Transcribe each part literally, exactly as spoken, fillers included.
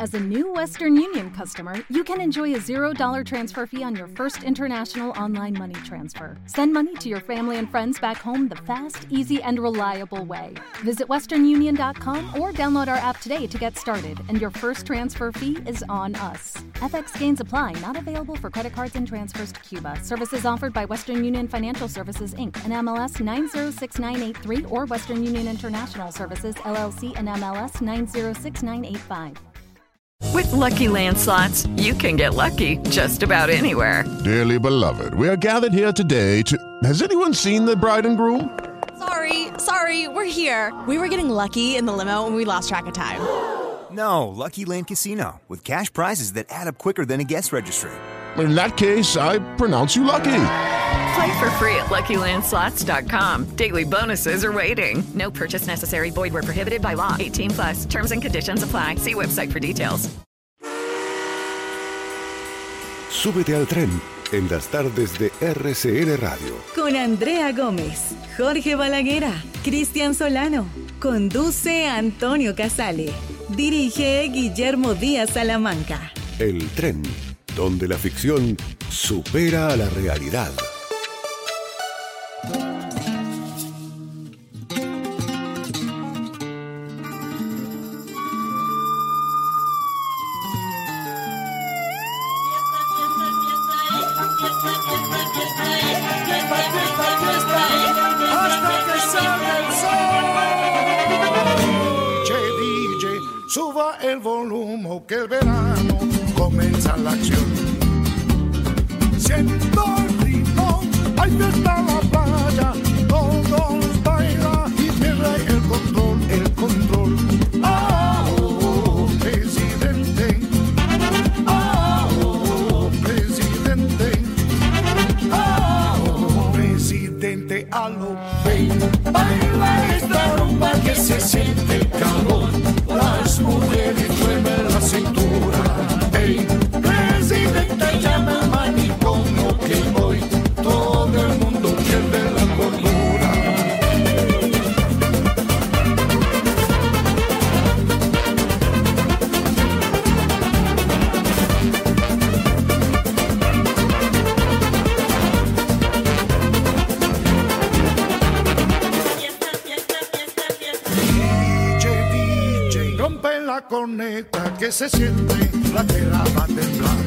As a new Western Union customer, you can enjoy a zero dollars transfer fee on your first international online money transfer. Send money to your family and friends back home the fast, easy, and reliable way. Visit western union dot com or download our app today to get started, and your first transfer fee is on us. F X gains apply, not available for credit cards and transfers to Cuba. Services offered by Western Union Financial Services, Incorporated, and M L S nine zero six nine eight three or Western Union International Services, L L C, and M L S nine zero six nine eight five. With Lucky Land Slots, you can get lucky just about anywhere. Dearly beloved, we are gathered here today to... Has anyone seen the bride and groom? Sorry, sorry, we're here. We were getting lucky in the limo and we lost track of time. No, Lucky Land Casino, with cash prizes that add up quicker than a guest registry. In that case, I pronounce you lucky. Play for free at lucky land slots dot com. Daily bonuses are waiting. No purchase necessary. Void where prohibited by law. eighteen plus. Terms and conditions apply. See website for details. Súbete al tren en las tardes de R C N Radio. Con Andrea Gómez, Jorge Balaguera, Cristian Solano. Conduce Antonio Casale. Dirige Guillermo Díaz Salamanca. El tren, donde la ficción supera a la realidad. Suba el volumen que el verano comienza la acción. Siento el ritmo, hay fiesta en la playa, todos bailan y pierde el control, el control. Oh, oh, presidente, oh, oh, presidente, oh, presidente, a lo ven, baila esta rumba que se siente el calor. Las mujeres duermen la cintura. Hey, presidente, llama al manicomio que hoy todo el mundo pierde la cordura. Rompe la corneta que se siente, la tierra va a temblar.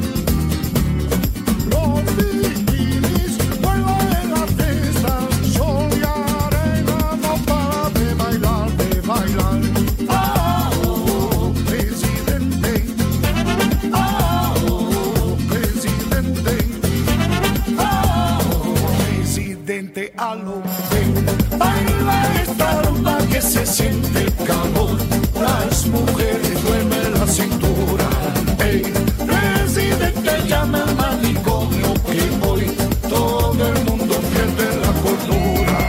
Los bikinis vuelan en la fiesta, sol y arena no para de bailar, de bailar. Oh, oh, presidente, oh, oh, presidente, oh, presidente, a lo ven, baila esta rumba que se siente el calor. Las mujeres duermen la cintura. Hey, presidente, llama al manicomio que hoy todo el mundo pierde la cordura.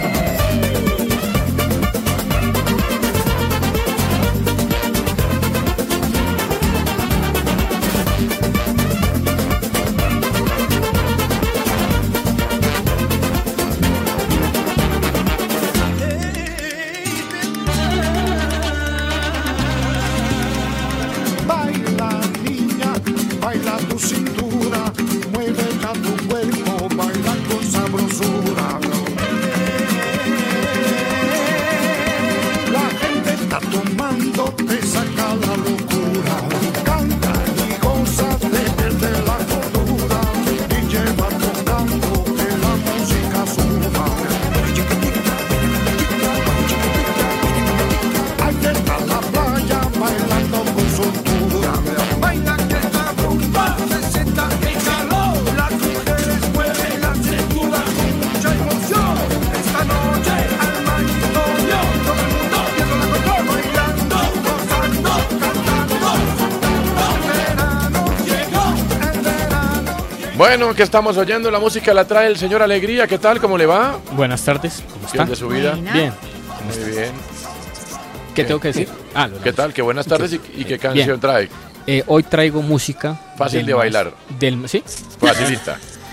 Bueno, que estamos oyendo, la música la trae el señor Alegría. ¿Qué tal? ¿Cómo le va? Buenas tardes. ¿Cómo está? ¿De su vida? Bien. Muy bien. ¿Qué tengo que decir? Ah, ¿qué tal? ¿Qué buenas tardes y, y qué canción bien. trae? Eh, hoy traigo música. Fácil de bailar. Del, ¿Sí? Facilita.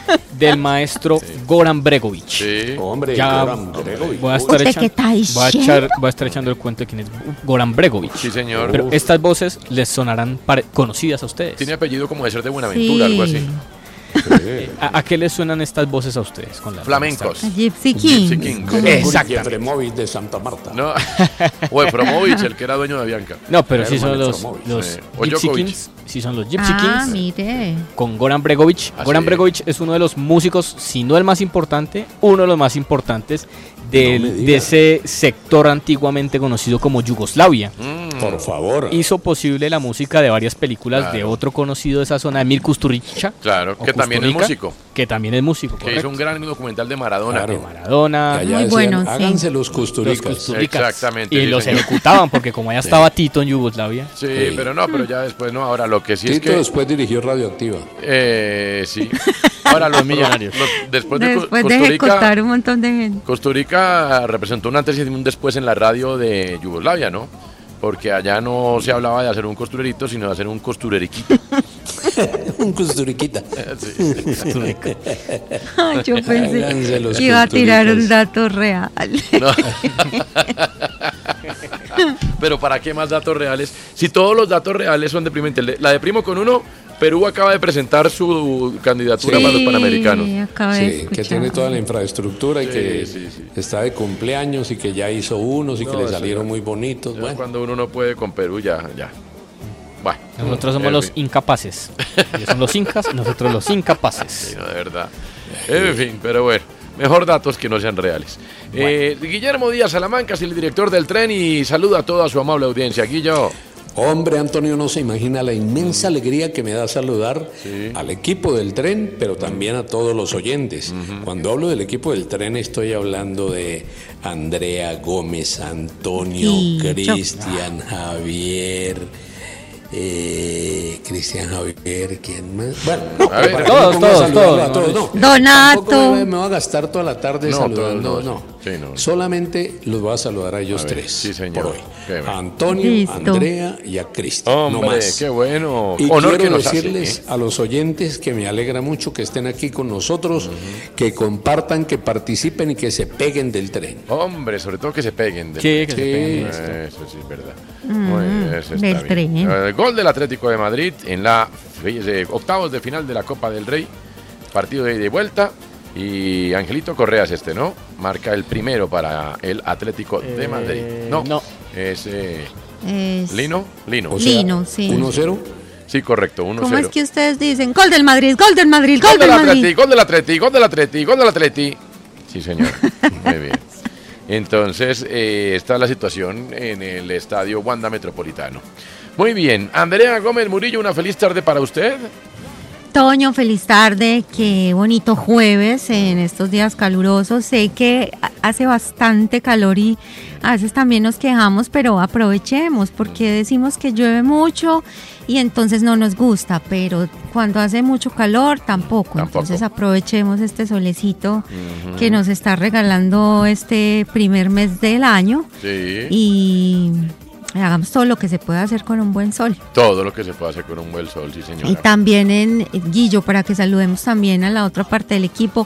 del maestro sí. Goran Bregovic. Sí. Hombre, ya Goran Bregovic. Voy a, estar echan, voy, a echar, voy a estar echando el cuento de quién es Goran Bregovic. Sí, señor. Pero estas voces les sonarán pare- conocidas a ustedes. Tiene apellido como de ser de Buenaventura, sí. algo así. Sí. ¿A, ¿A qué les suenan estas voces a ustedes? Con la Flamencos. Gypsy King. Gypsy King. Exacto. Efremovich de Santa Marta. No. O Efremovich, el que era dueño de Bianca. No, pero sí son los, los sí. Gypsy Kings. Sí son los Gypsy ah, Kings. Mire. Con Goran Bregovic. Ah, Goran sí. Bregovic es uno de los músicos, si no el más importante, uno de los más importantes del, no de ese sector antiguamente conocido como Yugoslavia. Mm. Por favor. Hizo posible la música de varias películas claro. de otro conocido de esa zona, Emir Kusturica. Claro, que también es músico. Que también es músico, que correcto. hizo un gran documental de Maradona. Claro. De Maradona. Muy decían, bueno, háganse sí. los Kusturicas. Los Kusturicas. Exactamente. Y sí, los señor. ejecutaban porque como ya estaba Tito en Yugoslavia. Sí, Sí. pero no, pero ya después no. Ahora lo que sí Tito es que... después dirigió Radioactiva. Eh, sí. Ahora los millonarios. Los, después de Después Costa de Rica, ejecutar un montón de gente. Costa Rica representó un antes y un después en la radio de Yugoslavia, ¿no? Porque allá no se hablaba de hacer un costurerito, sino de hacer un costureriquito. Un Kusturiquita. Sí. Ay, yo pensé Háganse los que iba a tirar un Kusturikas. dato real. No. Pero ¿para qué más datos reales? Si todos los datos reales son deprimentes. La de Primo con uno, Perú acaba de presentar su candidatura Sí. para los Panamericanos. acabo de Sí, escuchar. que tiene toda la infraestructura y Sí, que sí, sí. está de cumpleaños y que ya hizo unos y No, que le eso salieron ya- muy bonitos. Ya Bueno, Cuando uno no puede con Perú, ya, ya. Bueno, Nosotros somos en los fin. incapaces. Ellos son los incas, nosotros los incapaces. Sí, no, de verdad. En fin, pero bueno, mejor datos que no sean reales. Eh, Guillermo Díaz Salamanca es el director del tren y saluda a toda su amable audiencia. Guillo. hombre, Antonio no se imagina la inmensa alegría que me da saludar Sí. al equipo del tren, pero también a todos los oyentes. Cuando hablo del equipo del tren estoy hablando de Andrea Gómez, Antonio, Sí, yo- Cristian, Javier, eh, Cristian Javier, ¿quién más? Bueno, no, A ver, para que todos, me ponga a todos, saludarlo todos, a todos, no. Donato. Tampoco me, me voy a gastar toda la tarde No, saludando, todos no. no. Sí, no. Solamente los voy a saludar a ellos A ver, tres sí, señor. por hoy. Qué bueno. A Antonio, Listo. Andrea y a Cristian. no Hombre, más. qué bueno. Y Honor quiero que nos hace, decirles ¿eh? a los oyentes que me alegra mucho que estén aquí con nosotros, que compartan, que participen y que se peguen del tren. Hombre, sobre todo que se peguen. del- Sí, que se Sí. peguen. Eso sí es verdad. Muy bien, eso está del bien. tren. El gol del Atlético de Madrid en la eh, octavos de final de la Copa del Rey. Partido de ida y vuelta. Y Angelito Correa es este, ¿no? Marca el primero para el Atlético de Eh, Madrid. No, no. es eh, Es- Lino. Lino. O sea, Lino, sí. uno cero. Sí, correcto, uno cero. ¿Cómo es que ustedes dicen? Gol del Madrid, gol del Madrid, Gol gol del del Atleti, Madrid. gol del Atleti, gol del Atleti, gol del Atleti. Sí, señor. Muy bien. Entonces, eh, está la situación en el estadio Wanda Metropolitano. Muy bien. Andrea Gómez Murillo, una feliz tarde para usted. Toño, feliz tarde, qué bonito jueves en estos días calurosos. Sé que ha- hace bastante calor y a veces también nos quejamos, pero aprovechemos porque decimos que llueve mucho y entonces no nos gusta, pero cuando hace mucho calor tampoco. Tampoco. Entonces aprovechemos este solecito que nos está regalando este primer mes del año Sí. y hagamos todo lo que se pueda hacer con un buen sol. Todo lo que se puede hacer con un buen sol, sí, señora. Y también en Guillo, para que saludemos también a la otra parte del equipo,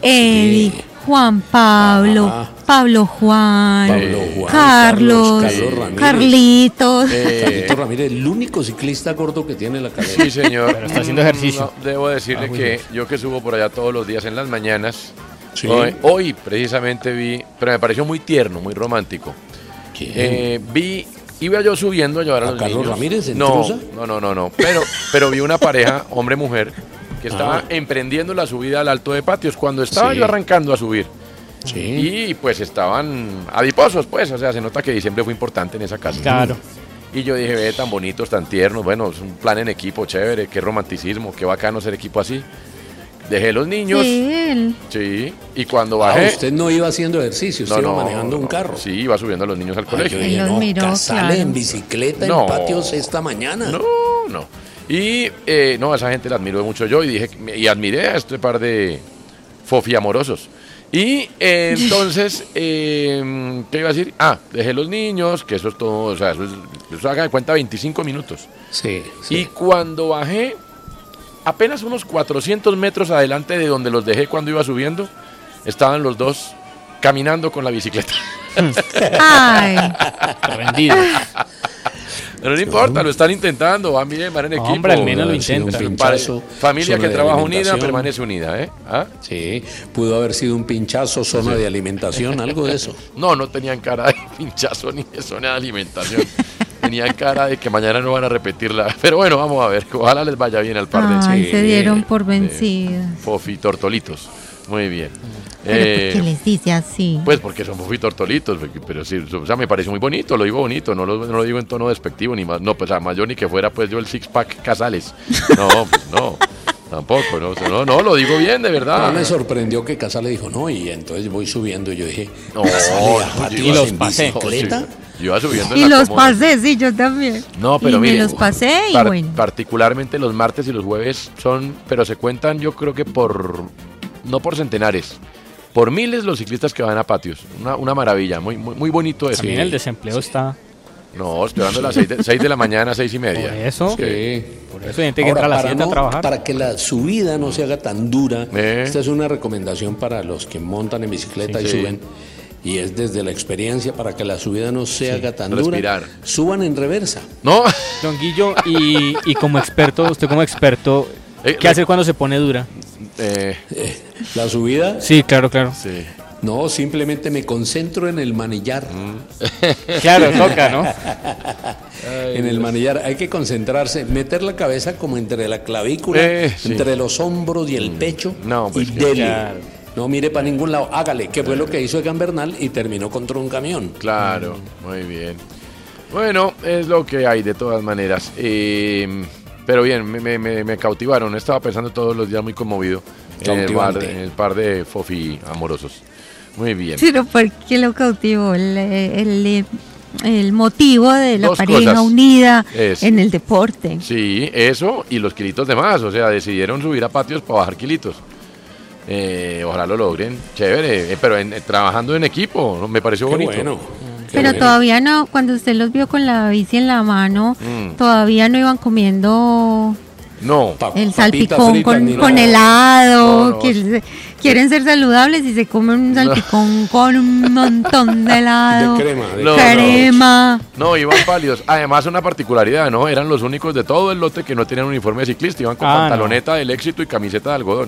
Eh, Eli, Juan Pablo, Ajá. Pablo Juan, Pablo Juan, Carlos, Carlos Ramírez. Carlitos. Eh, Carlito Ramírez, el único ciclista gordo que tiene la calera. Sí, señor. Pero está haciendo ejercicio. No, debo decirle Ah, muy que bien. yo que subo por allá todos los días en las mañanas, Sí. hoy, hoy precisamente vi, pero me pareció muy tierno, muy romántico. ¿Quién? Eh, vi, iba yo subiendo a llevar a, ¿A los Carlos niños. Ramírez en no, Trusa? no, no, no, no. Pero, pero vi una pareja, hombre-mujer, que estaba Ah. emprendiendo la subida al Alto de Patios cuando estaba Sí. yo arrancando a subir. Sí. Y pues estaban adiposos, pues, o sea, se nota que diciembre fue importante en esa casa. Claro. Y yo dije, ve, tan bonitos, tan tiernos, bueno, es un plan en equipo chévere, qué romanticismo, qué bacano ser equipo así. Dejé los niños, sí, Sí, él. y cuando Ah, bajé... usted no iba haciendo ejercicio, usted iba manejando un no, carro. Sí, iba subiendo a los niños al Ay, colegio. yo dije, Él los no, miró, Casale claro. en bicicleta No. en patios esta mañana. No, no. Y eh, no, a esa gente la admiro mucho yo y dije, y admiré a este par de fofiamorosos. Y eh, entonces, eh, ¿qué iba a decir? Ah, dejé los niños, que eso es todo, o sea, eso, es, eso haga de cuenta veinticinco minutos. Sí, sí. Y cuando bajé, apenas unos cuatrocientos metros adelante de donde los dejé cuando iba subiendo, estaban los dos caminando con la bicicleta. Ay. Rendidos. Pero no importa, lo están intentando, van bien, van en equipo. Hombre, al menos lo intentan. Un pinchazo, familia que zona de trabaja unida alimentación. permanece unida, ¿eh? ¿Ah? Sí, pudo haber sido un pinchazo, zona Sí. de alimentación, algo de eso. No, no tenían cara de pinchazo ni de zona de alimentación. Tenían cara de que mañana no van a repetirla. Pero bueno, vamos a ver. Ojalá les vaya bien al par de Ay, sí, se dieron por de vencidas. Fofi Tortolitos. Muy bien. Pero Eh, ¿por qué les dice así? Pues porque son Fofi Tortolitos, porque- pero sí, o sea, me parece muy bonito, lo digo bonito, no lo, no lo digo en tono despectivo ni más, no, pues además yo ni que fuera pues yo el six pack Casales, no, pues no, tampoco, no, no, no, lo digo bien, de verdad. No me sorprendió que Casale dijo, no, y entonces voy subiendo y yo dije, No, Casale, a yo patios iba- en bicicleta. Sí, yo iba subiendo en Y la los cómoda. pasé, sí, yo también. No, pero y me mire, los pasé y par- bueno. particularmente los martes y los jueves son, pero se cuentan yo creo que por, no por centenares, por miles los ciclistas que van a patios. Una, una maravilla, muy, muy, muy bonito eso. También el desempleo está. No, estoy dando las seis de, seis de la mañana, seis y media. Por eso. Sí. Por eso hay gente que Ahora, entra a las para siete a no- trabajar. Para que la subida no se haga tan dura, Eh. esta es una recomendación para los que montan en bicicleta Sí, y sí. suben. Y es desde la experiencia, para que la subida no se haga tan respirar. dura, suban en reversa. No, Don Guillo, y, y como experto, usted como experto, Eh, ¿qué hace cuando se pone dura? eh, Eh, la subida, Sí, claro, claro. sí. no, simplemente me concentro en el manillar. Claro, toca, ¿no? En el manillar hay que concentrarse, meter la cabeza como entre la clavícula, Eh, sí. entre los hombros y el pecho, No, pues y que- dele. Claro. No mire para ningún lado, hágale, que fue lo que hizo Egan Bernal y terminó contra un camión. Claro, muy bien. Bueno, es lo que hay de todas maneras. Eh, pero bien, me, me- me- me cautivaron. Estaba pensando todos los días muy conmovido en el, par, Cautivante. en el par de Fofi amorosos. Muy bien. Pero ¿por qué lo cautivó? El, el, el motivo de la Dos pareja cosas. unida Es- en el deporte. Sí, eso y los kilitos de más. O sea, decidieron subir a patios para bajar kilitos. Eh, ojalá lo logren. Chévere. Eh, pero en- eh, trabajando en equipo, ¿no? Me pareció Qué bonito. bueno. Qué Pero bueno. todavía no, cuando usted los vio con la bici en la mano, Mm. todavía no iban comiendo No. Pa- el papitas salpicón fritas con, ni con nada. helado, No, no. que se- quieren ser saludables y se comen un salpicón con un montón de helado, De crema, de No, crema. No, iban pálidos. Además, una particularidad, ¿no? Eran los únicos de todo el lote que no tenían uniforme de ciclista. Iban con Ah, pantaloneta del éxito y camiseta de algodón.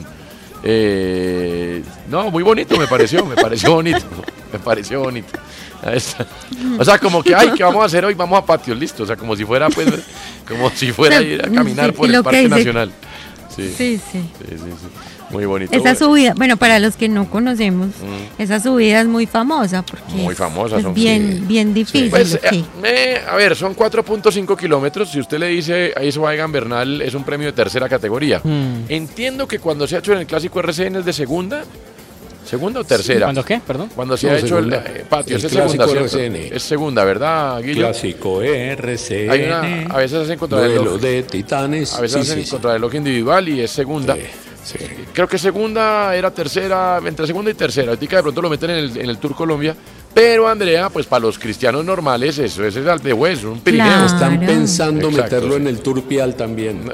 Eh, no, muy bonito me pareció, me pareció bonito. Me pareció bonito. Ahí está. O sea, como que, ay, ¿qué vamos a hacer hoy? Vamos a patios, listo. O sea, como si fuera, pues, como si fuera a ir a caminar Sí, por y el lo que Parque dice- Nacional. Sí, sí, Sí, sí. sí, sí. Muy bonito. Esa Bueno, subida, bueno, para los que no conocemos, Mm. esa subida es muy famosa porque Muy es- famosa, es son- bien, sí. bien difícil. Pues, sí. eh, eh, a ver, son cuatro punto cinco kilómetros. Si usted le dice a eso a Egan Bernal, es un premio de tercera categoría. Hmm. Entiendo que cuando se ha hecho en el clásico R C N es de segunda. ¿Segunda o tercera? ¿Cuándo qué? Perdón. Cuando se No, ha hecho el segunda. eh, patio, El esa es segunda, clásico ¿cierto? R C N. Es segunda, ¿verdad, Guillo? Clásico R C N. Hay una, a veces hacen Duelo contrarreloj. de titanes. A veces Sí, hacen sí, sí. contrarreloj individual y es segunda. Sí, sí. Creo que segunda era tercera, entre segunda y tercera. Ahorita de pronto lo meten en el, en el Tour Colombia. Pero Andrea, pues para los cristianos normales, eso, eso es al de hueso, un Pirineo. Claro. Están pensando Exacto, meterlo sí. en el Turpial también.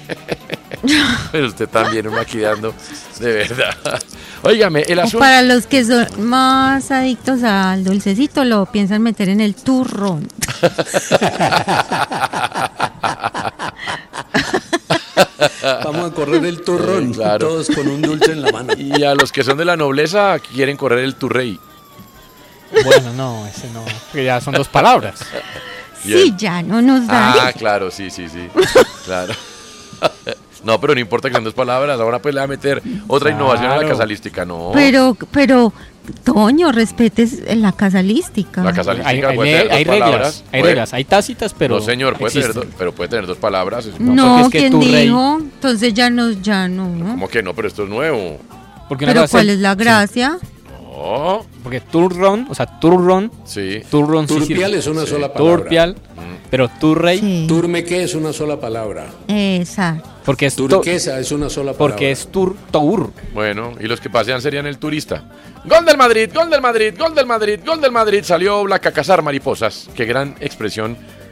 Pero usted también uno aquí dando, de verdad. Óigame, el O asunto. para los que son más adictos al dulcecito, lo piensan meter en el turrón. Vamos a correr el turrón, Eh, claro. todos con un dulce en la mano. Y a los que son de la nobleza quieren correr el Turrey. Bueno, no, ese no. Que ya son dos palabras. Sí, Bien. ya no nos da. Ah, claro, sí, sí, sí. Claro. No, pero no importa que sean dos palabras. Ahora pues le va a meter otra Claro. innovación a la casalística. No. Pero, pero, Toño, respetes la casalística. La casalística Hay, hay, puede le- tener dos hay reglas, palabras. hay Puede- reglas, hay tácitas, pero. no, señor, puede tener existen. dos, pero puede tener dos palabras. Es- No, porque es que ¿quién tu rey- dijo? Entonces ya no, ya no. ¿Cómo que no? Pero esto es nuevo. Porque una Pero cosa ¿cuál es la gracia? No. Porque turrón, o sea, turrón, Sí. turrón sí Turpial sirve. es una sola palabra. Turpial, pero turrey, Sí. Turmeque es una sola palabra. Exacto. porque es to- Turquesa es una sola palabra. porque es tur, tour. Bueno, y los que pasean serían el turista. Gol del Madrid, gol del Madrid, gol del Madrid, gol del Madrid. Salió Black a cazar mariposas. Qué gran expresión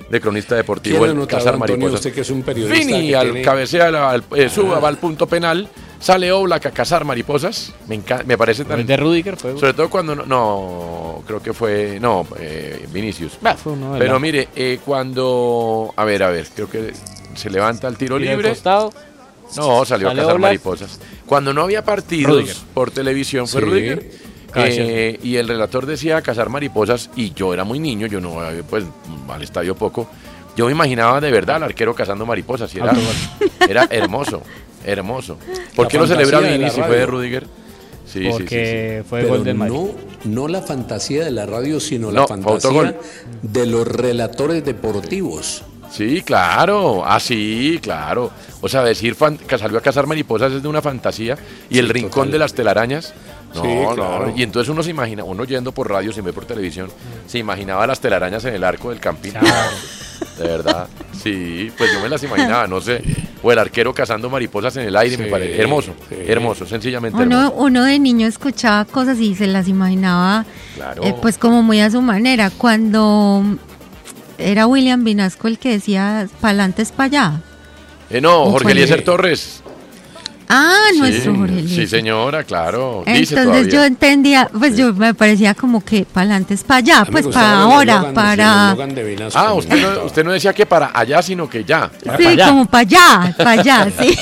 de cronista deportivo ¿Quién en anotaba, Cazar Antonio, Mariposas. usted que es un periodista Vini que al tiene- cabecea, la- al- eh, suba, va al punto penal, sale Oblak a cazar mariposas. Me encanta, me parece tan. El de Rudiger fue. Sobre todo cuando no, no creo que fue, no, eh, Vinicius. Bah, fue uno de Pero la- mire, eh, cuando, a ver, a ver, creo que se levanta el tiro Tiro al libre. costado. No, salió Sale a cazar Oblak. mariposas. Cuando no había partidos Rudiger. por televisión fue Sí. Rudiger. Ah, Eh, y el relator decía cazar mariposas y yo era muy niño, yo no, eh, pues al estadio poco. Yo me imaginaba de verdad al arquero cazando mariposas y era, era hermoso, hermoso. ¿Por La qué no celebra fantasía de Vini la si fue de radio. Rudiger? Sí, sí, Porque sí, sí. fue Pero gol del Madrid. no, no la fantasía de la radio, sino No, la fue fantasía autogol. de los relatores deportivos. Sí, claro, ah, sí, claro. O sea, decir fan- que salió a cazar mariposas es de una fantasía y el Sí, rincón total. de las telarañas. No, Sí, no. claro. Y entonces uno se imagina, uno yendo por radio sin ver por televisión, se imaginaba las telarañas en el arco del campín. De verdad, sí, pues yo me las imaginaba, no sé. O el arquero cazando mariposas en el aire, me Sí, parece hermoso, sí. hermoso, sencillamente Uno, hermoso. uno de niño escuchaba cosas y se las imaginaba, Claro. eh, pues como muy a su manera. Cuando era William Vinasco el que decía pa'lante es para allá. Eh, no, ¿O Jorge cuál Eliezer es? Torres. Ah, Sí, nuestro Jorge Eliezer. Sí, señora, claro. Dice Entonces yo todavía. entendía, pues yo me parecía como que pa'lante es para allá, A mí me pues gustaba para el ahora, eslogan, el para... eslogan de Vinasco, Ah, me usted no, encantaba. usted no decía que para allá, sino que ya. Sí, como para allá, para allá, sí.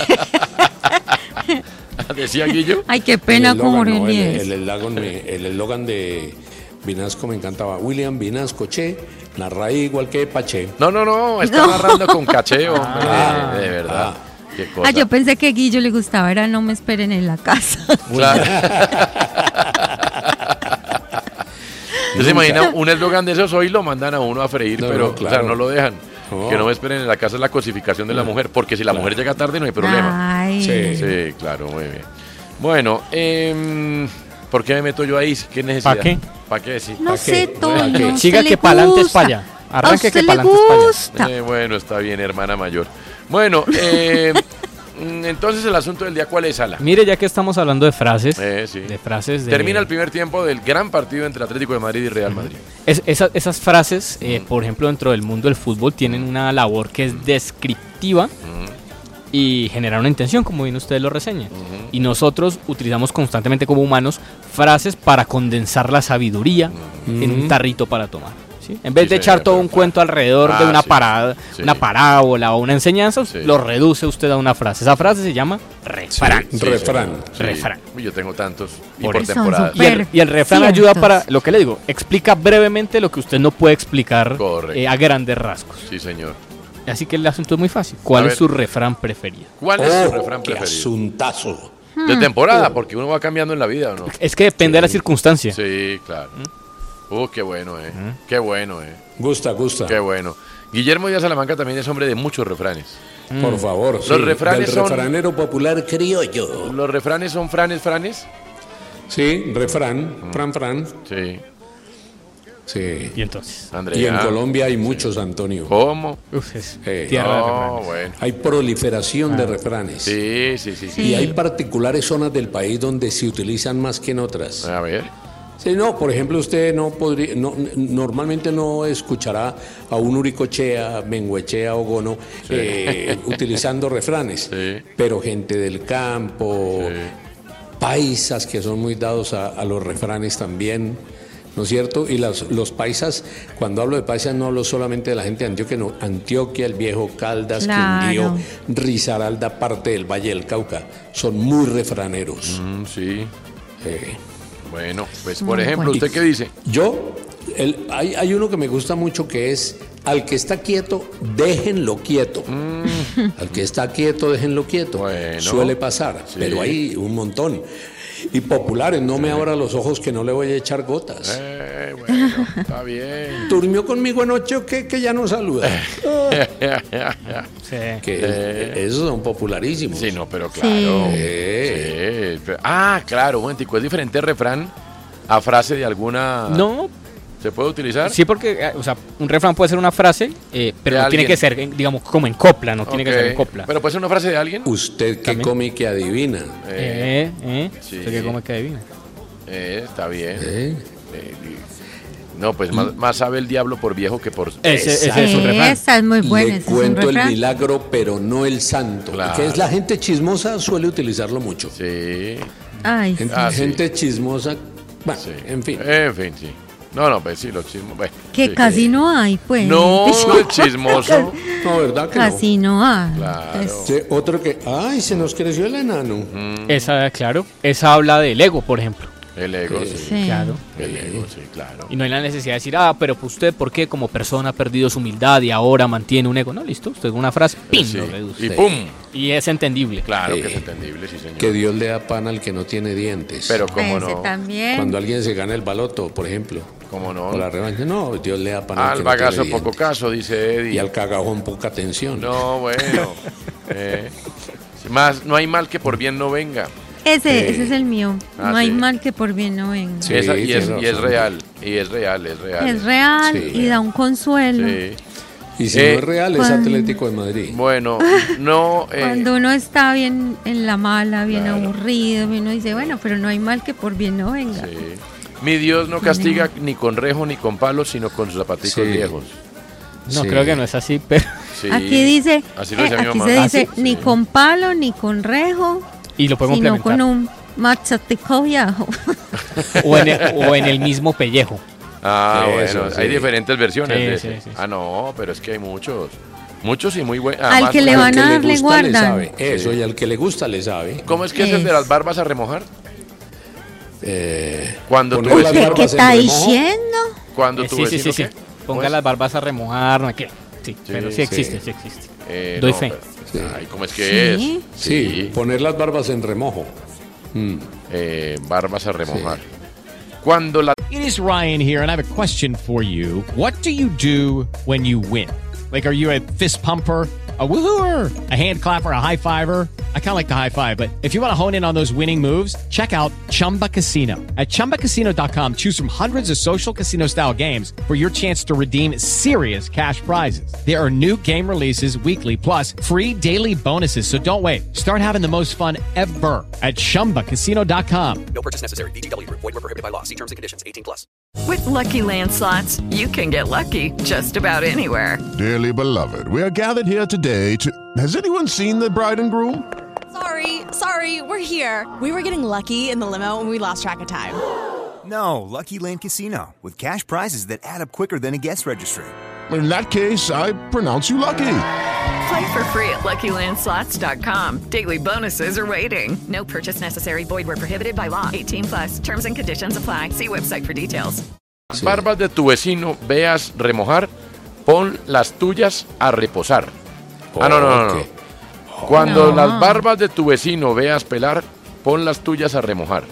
Decía Guillo. Ay, qué pena El con eslogan, Jorge no, el- Eliezer. el eslogan me- el eslogan de Vinasco me encantaba. William Vinasco, che, narra igual que Pache. No, no, no, está No. narrando con caché, hombre, Ah. de verdad. Qué cosa. Ah, yo pensé que Guillo le gustaba, era no me esperen en la casa. Claro. ¿Usted se imagina un eslogan de esos hoy lo mandan a uno a freír, No, pero no, o sea, claro. no lo dejan? No. Que no me esperen en la casa es la cosificación de la mujer, porque si la mujer llega tarde no hay problema. Ay. Sí. Sí, claro, muy bien. Bueno, eh, ¿por qué me meto yo ahí? ¿Qué necesidad? ¿Pa qué? ¿Para qué? Sí. No ¿Pa' sé, qué? Toño. ¿Pa' qué? ¿a usted Siga le que pa'lante es gusta? pa' allá. Arranque ¿A usted que le pa'lante es pa' allá. gusta? Eh, bueno, está bien, hermana mayor. Bueno, eh, mm, entonces el asunto del día, ¿cuál es, Ala? Mire, ya que estamos hablando de frases, Eh, sí. de frases de... Termina el primer tiempo del gran partido entre Atlético de Madrid y Real Madrid. Es- esa- esas frases, eh, por ejemplo, dentro del mundo del fútbol, tienen una labor que es descriptiva y genera una intención, como bien usted lo reseña. Y nosotros utilizamos constantemente como humanos frases para condensar la sabiduría en un tarrito para tomar. ¿sí? En vez Sí, de echar señor, todo pero un claro. cuento alrededor de Ah, una sí. parada, Sí. una parábola o una enseñanza, Sí. lo reduce usted a una frase. Esa frase se llama refrán. Sí, refrán. Sí. Refrán. Uy, yo tengo tantos y Por por, eso, temporada. Y el, y el refrán Ciertos. ayuda para, lo que le digo, explica brevemente lo que usted no puede explicar Correcto. eh, a grandes rasgos. Sí, señor. Así que el asunto es muy fácil. ¿Cuál A es ver. su refrán preferido? ¿Cuál es su Oh, refrán qué preferido? asuntazo. De temporada, porque uno va cambiando en la vida, ¿o no? Es que depende de la circunstancia. Sí, claro. Uh, qué bueno, eh. Qué bueno, eh. Gusta, gusta. Qué bueno. Guillermo Díaz Salamanca también es hombre de muchos refranes. Por favor. Los refranes del son- refranero popular criollo. ¿Los refranes son franes, franes? Sí, refrán, fran, fran. Sí. Sí. Y entonces. Andrea. Y en Colombia hay muchos, Antonio. ¿Cómo? Uf, es Eh, tierra de No, refranes. bueno. Hay proliferación de refranes. Sí, sí, sí, sí. Y hay particulares zonas del país donde se utilizan más que en otras. A ver. Sí, no, por ejemplo, usted no podría, no, n- normalmente no escuchará a un uricochea, menguechea o gono eh, utilizando refranes, Sí. pero gente del campo, paisas que son muy dados a, a los refranes también, ¿no es cierto? Y las- los paisas, cuando hablo de paisas no hablo solamente de la gente de Antioquia, no, Antioquia, el Viejo, Caldas, Claro. Quindío, Risaralda, parte del Valle del Cauca, son muy refraneros. Mm, sí. Eh, Bueno, pues por Muy ejemplo, bueno. ¿usted qué dice? Yo, el- hay, hay uno que me gusta mucho que es, al que está quieto, déjenlo quieto. Al que está quieto, déjenlo quieto. Bueno. Suele pasar, Sí. pero hay un montón. Y populares, no me abra los ojos que no le voy a echar gotas. Eh, bueno, está bien. Durmió conmigo anoche o qué, que ya no saluda. Sí. Que Eh. esos son popularísimos. Sí, no, pero claro. Sí. Sí, pero- ah, claro, un momentico, es diferente refrán a frase de alguna... No, ¿Se puede utilizar? sí, porque eh, o sea, un refrán puede ser una frase, eh, pero De no tiene alguien. que ser, eh, digamos, como en copla, no tiene que Ok. ser en copla. Pero puede ser una frase de alguien. Usted que También. come y que adivina. Eh, eh, Sí. usted que come que adivina. Eh, está bien. ¿Eh? Eh, No, pues más, más sabe el diablo por viejo que por... Ese, ese es un refrán. Esa es muy buena. Le ese es un cuento el refrán. milagro, pero no el santo. Claro. Que es la gente chismosa suele utilizarlo mucho. Sí. Ay, Gente, Ah, sí. gente chismosa, bueno, Sí. en fin. En fin, sí. No, no, pues sí, los chismos. Bueno, que sí. casi no hay, pues. No, el chismoso. No, ¿verdad que Casi no hay. Claro. Pues, no? Sí, otro que, ay, se nos creció el enano. Esa, claro, esa habla del ego, por ejemplo. El ego, sí. sí. Claro. El ego, sí, claro. Y no hay la necesidad de decir, ah, pero pues usted, ¿por qué como persona ha perdido su humildad y ahora mantiene un ego? No, listo, usted una frase, ¡pim! Sí. Lo reduce. Y pum. Y es entendible. Claro Sí. que es entendible, sí, señor. Que Dios le da pan al que no tiene dientes. Pero cómo ese no. también. Cuando alguien se gana el baloto, por ejemplo, Cómo no. o la revancha, no, Dios le da pan al Al que bagazo no tiene poco dientes. caso, dice Eddie. Y al cagajón poca atención. No, bueno. eh, más, no hay mal que por bien no venga. Ese, Sí. ese es el mío. Ah, no hay sí. mal que por bien no venga. Sí, Esa- y, es, tiene y es razón. real. Y es real, es real. Es real Sí. y da un consuelo. Sí. Y si Eh, no es real, es cuando- Atlético de Madrid. Bueno, no. eh, Cuando uno está bien en la mala, bien Claro. aburrido, uno dice, bueno, pero no hay mal que por bien no venga. sí. Mi Dios no castiga ni con rejo ni con palos, sino con sus zapaticos Sí. viejos. No, Sí. creo que no es así, pero... Sí. Aquí dice, Así lo eh, decía mi aquí mamá. se Ah, dice sí, ni sí. con palo, ni con rejo, Y lo puede sino complementar. con un machatico viejo. O, en el, o en el mismo pellejo. Ah, Eso, bueno, sí. hay diferentes versiones Sí, de sí, ese. sí, sí. Ah, no, pero es que hay muchos. Muchos y muy buenos. Al que le Al van que a le dar, le gusta, le guardan. sabe. Eso, y al que le gusta, le sabe. ¿Cómo es que es el de Es. las barbas a remojar? Eh, Cuando poner tú las ves- ¿Qué, barbas qué en está remojo. diciendo? Cuando Eh, tu sí, sí, vecino sí, sí. qué? Ponga ¿Cómo es? las barbas a remojar, no, ¿qué? Sí, pero sí sí. existe, sí existe. Eh, Doy no, fe. pero- ay, ¿cómo es que Sí. es? Sí, poner las barbas en remojo. Mm. Eh, barbas a remojar. Cuando la It is Ryan here, and I have a question for you. What do you do when you win? Like, are you a fist pumper, a woohooer, a hand clapper, a high fiver? I kind of like the high five, but if you want to hone in on those winning moves, check out Chumba Casino. At chumba casino dot com, choose from hundreds of social casino style games for your chance to redeem serious cash prizes. There are new game releases weekly, plus free daily bonuses. So don't wait. Start having the most fun ever at chumba casino dot com. No purchase necessary. V G W. Void where prohibited by law. See terms and conditions. eighteen plus. With Lucky Land Slots, you can get lucky just about anywhere. Dearly beloved, we are gathered here today to... Has anyone seen the bride and groom? Sorry, sorry, we're here. We were getting lucky in the limo and we lost track of time. No, Lucky Land Casino, with cash prizes that add up quicker than a guest registry. In that case, I pronounce you lucky. Play for free at lucky land slots dot com. Daily bonuses are waiting. No purchase necessary. Void where prohibited by law. eighteen plus. Terms and conditions apply. See website for details. las barbas de tu vecino veas remojar, pon las tuyas a reposar. Ah, no, no, no. no. Ok. Cuando No. las barbas de tu vecino veas pelar, pon las tuyas a remojar.